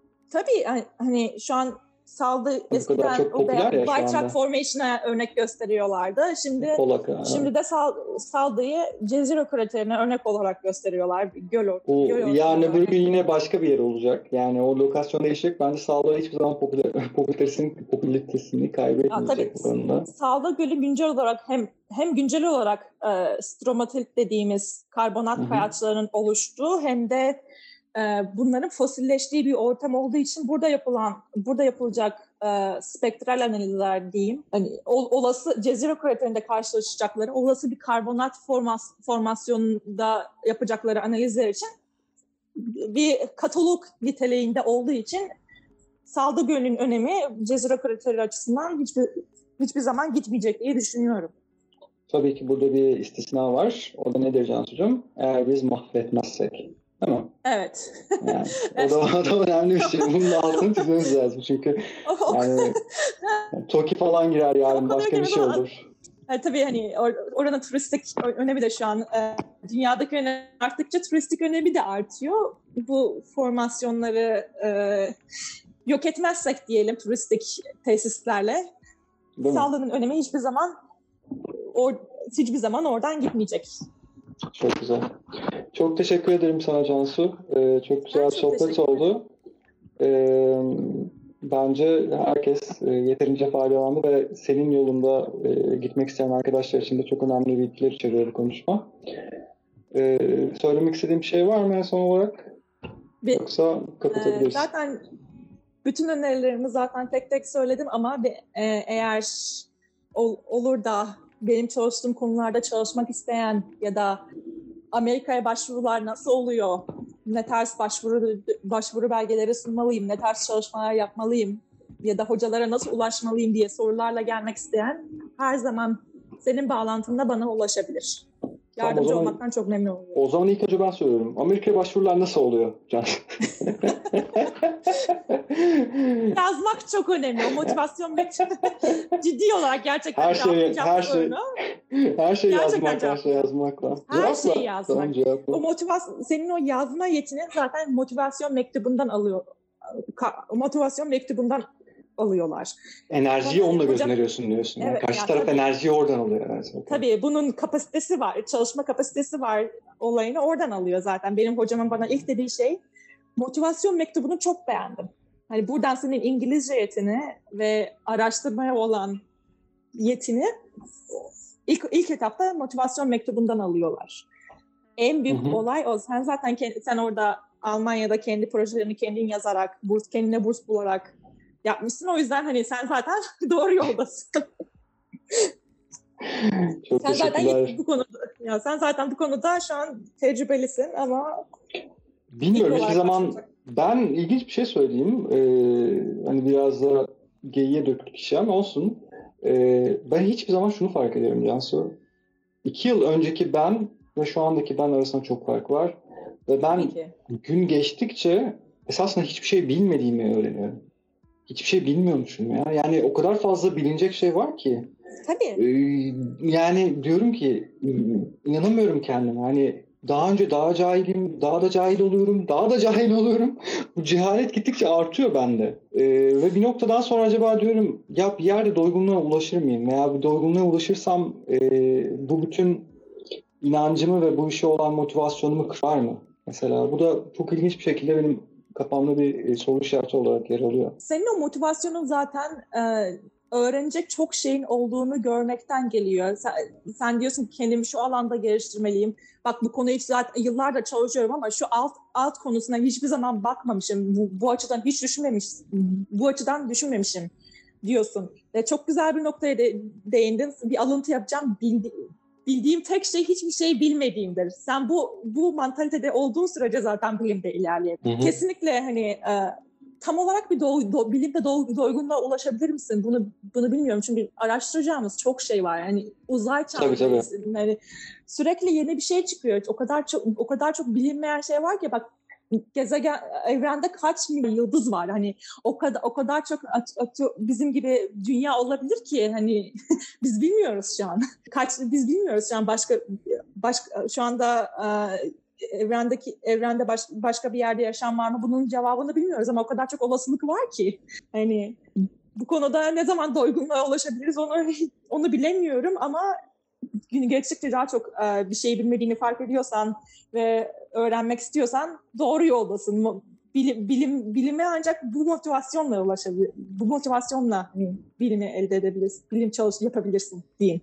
Tabii hani şu an SAL'da eskiden o White Rock Formation'a örnek gösteriyorlardı. Şimdi Polaka, şimdi evet. de Sal, SAL'dayı Ceziro kraterine örnek olarak gösteriyorlar. Göl, o, göl yani bir gün yine başka bir yer olacak. Yani o lokasyon değişecek. Bence SAL'da hiçbir zaman popüler, popülaritesini, popülaritesini kaybetmeyecek bu konuda. SAL'da gölü güncel olarak hem hem güncel olarak e, stromatilit dediğimiz karbonat Hı-hı. kayaçlarının oluştuğu hem de bunların fosilleştiği bir ortam olduğu için burada yapılan, burada yapılacak e, spektral analizler diyeyim, hani ol, olası Ceziro kraterinde karşılaşacakları olası bir karbonat formas, formasyonunda yapacakları analizler için bir katalog niteliğinde olduğu için SAL'da Gölü'nün önemi Ceziro krateri açısından hiçbir hiçbir zaman gitmeyecek diye düşünüyorum. Tabii ki burada bir istisna var. O da nedir Cansu'cum? Eğer biz mahvetmezsek. Değil mi? Evet. Yani, o, da, o da önemli bir şey. Bunun da altını çizmemiz lazım. Çünkü yani TOKİ falan girer yarın başka bir şey olur. Yani, tabii hani or- oranın turistik önemi de şu an e, dünyadaki önemi arttıkça turistik önemi de artıyor. Bu formasyonları e, yok etmezsek diyelim turistik tesislerle SAL'ın önemi hiçbir zaman or, hiçbir zaman oradan gitmeyecek. Çok güzel. Çok teşekkür ederim sana Cansu. Ee, çok güzel bir sohbet oldu. Ee, bence herkes e, yeterince faydalandı ve senin yolunda e, gitmek isteyen arkadaşlar için de çok önemli bilgiler içeriyor bu konuşma. Ee, söylemek istediğim bir şey var mı son olarak? Bir, Yoksa kapatabiliriz. E, zaten bütün önerilerimi zaten tek tek söyledim ama bir, e, eğer ol, olur da benim çalıştığım konularda çalışmak isteyen ya da Amerika'ya başvurular nasıl oluyor, ne tarz başvuru başvuru belgeleri sunmalıyım, ne tarz çalışmalar yapmalıyım ya da hocalara nasıl ulaşmalıyım diye sorularla gelmek isteyen her zaman senin bağlantında bana ulaşabilir. Yardımcı tamam, zaman, olmaktan çok memnun oluyorum. O zaman ilk önce ben söylüyorum. Amerika'ya başvurular nasıl oluyor Can? Yazmak çok önemli. O motivasyon ciddi olarak gerçekten her şey her şey her şey yazmak, her şey yazmak var. Her şeyi yazmak. Tamam, o motivasyon senin o yazma yetini zaten motivasyon mektubundan alıyor. O motivasyon mektubundan alıyorlar. Enerjiyi onunla gönderiyorsun diyorsun. Evet, yani karşı yani, taraf tabii, enerjiyi oradan alıyor. Evet. Tabii bunun kapasitesi var. Çalışma kapasitesi var olayını oradan alıyor zaten. Benim hocamın bana ilk dediği şey motivasyon mektubunu çok beğendim. Hani buradan senin İngilizce yetini ve araştırmaya olan yetini ilk, ilk etapta motivasyon mektubundan alıyorlar. En büyük hı hı. olay o. Sen zaten kendi, sen orada Almanya'da kendi projelerini kendin yazarak, burs kendine burs bularak yapmışsın. O yüzden hani sen zaten doğru yoldasın. Çok sen zaten bu konuda ya sen zaten bu konuda şu an tecrübelisin ama bilmiyorum hiçbir zaman başlayacak. Ben ilginç bir şey söyleyeyim. Ee, hani biraz da geyiğe döktük işi ama olsun. Ee, ben hiçbir zaman şunu fark ediyorum Cansu. İki yıl önceki ben ve şu andaki ben arasında çok fark var. Ve ben gün geçtikçe esasında hiçbir şey bilmediğimi öğreniyorum. Hiçbir şey bilmiyormuşum ya. Yani o kadar fazla bilinecek şey var ki. Tabii. Ee, yani diyorum ki inanamıyorum kendime. Hani daha önce daha cahilim, daha da cahil oluyorum, daha da cahil oluyorum. Bu cehalet gittikçe artıyor bende. Ee, ve bir noktadan sonra acaba diyorum ya bir yerde doygunluğa ulaşır mıyım? Veya bir doygunluğa ulaşırsam e, bu bütün inancımı ve bu işe olan motivasyonumu kırar mı? Mesela bu da çok ilginç bir şekilde benim kafamda bir soru işareti olarak yer alıyor. Senin o motivasyonun zaten e, öğrenecek çok şeyin olduğunu görmekten geliyor. Sen, sen diyorsun ki kendimi şu alanda geliştirmeliyim. Bak bu konuyu zaten yıllardır çalışıyorum ama şu alt alt konusuna hiçbir zaman bakmamışım. Bu, bu açıdan hiç düşünmemişim. Bu açıdan düşünmemişim diyorsun. Ve çok güzel bir noktaya de, değindin. Bir alıntı yapacağım. Bildi, bildiğim tek şey hiçbir şey bilmediğimdir. Sen bu bu mantalitede olduğun sürece zaten bilimde ilerleyebilirsin. Kesinlikle hani e, tam olarak bir do, do, bilimde do, doygunluğa ulaşabilir misin? Bunu bunu bilmiyorum çünkü araştıracağımız çok şey var. Yani uzay çağındayız. Yani sürekli yeni bir şey çıkıyor. O kadar çok o kadar çok bilinmeyen şey var ki bak gezegen evrende kaç milyon yıldız var? Hani o kadar o kadar çok at, at, bizim gibi dünya olabilir ki hani biz bilmiyoruz şu an. Kaç biz bilmiyoruz şu an başka başka şu anda e, evrendeki evrende baş, başka bir yerde yaşam var mı? Bunun cevabını bilmiyoruz ama o kadar çok olasılık var ki hani bu konuda ne zaman doygunluğa ulaşabiliriz onu onu bilemiyorum ama gün geçtikçe daha çok e, bir şey bilmediğini fark ediyorsan ve öğrenmek istiyorsan doğru yoldasın. Bilim, bilim bilime ancak bu motivasyonla ulaşabilir. Bu motivasyonla hani, bilimi elde edebilirsin. Bilim çalışı yapabilirsin diyeyim.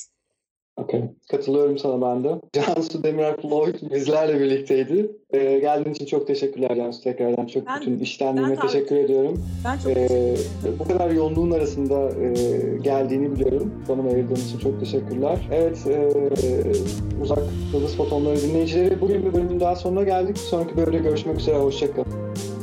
Okay. Katılıyorum sana ben de. Cansu Demirer Floyd bizlerle birlikteydi. Ee, geldiğin için çok teşekkürler Cansu. Tekrardan çok ben, bütün iştenliğine teşekkür ediyorum. Ben çok ee, teşekkür ederim. Bu kadar yoğunluğun arasında e, geldiğini biliyorum. Bana ayırdığın için çok teşekkürler. Evet, e, Uzak Yıldız Fotonları dinleyicileri, bugün bir bölümün daha sonuna geldik. Sonraki bölümde görüşmek üzere. Hoşçakalın.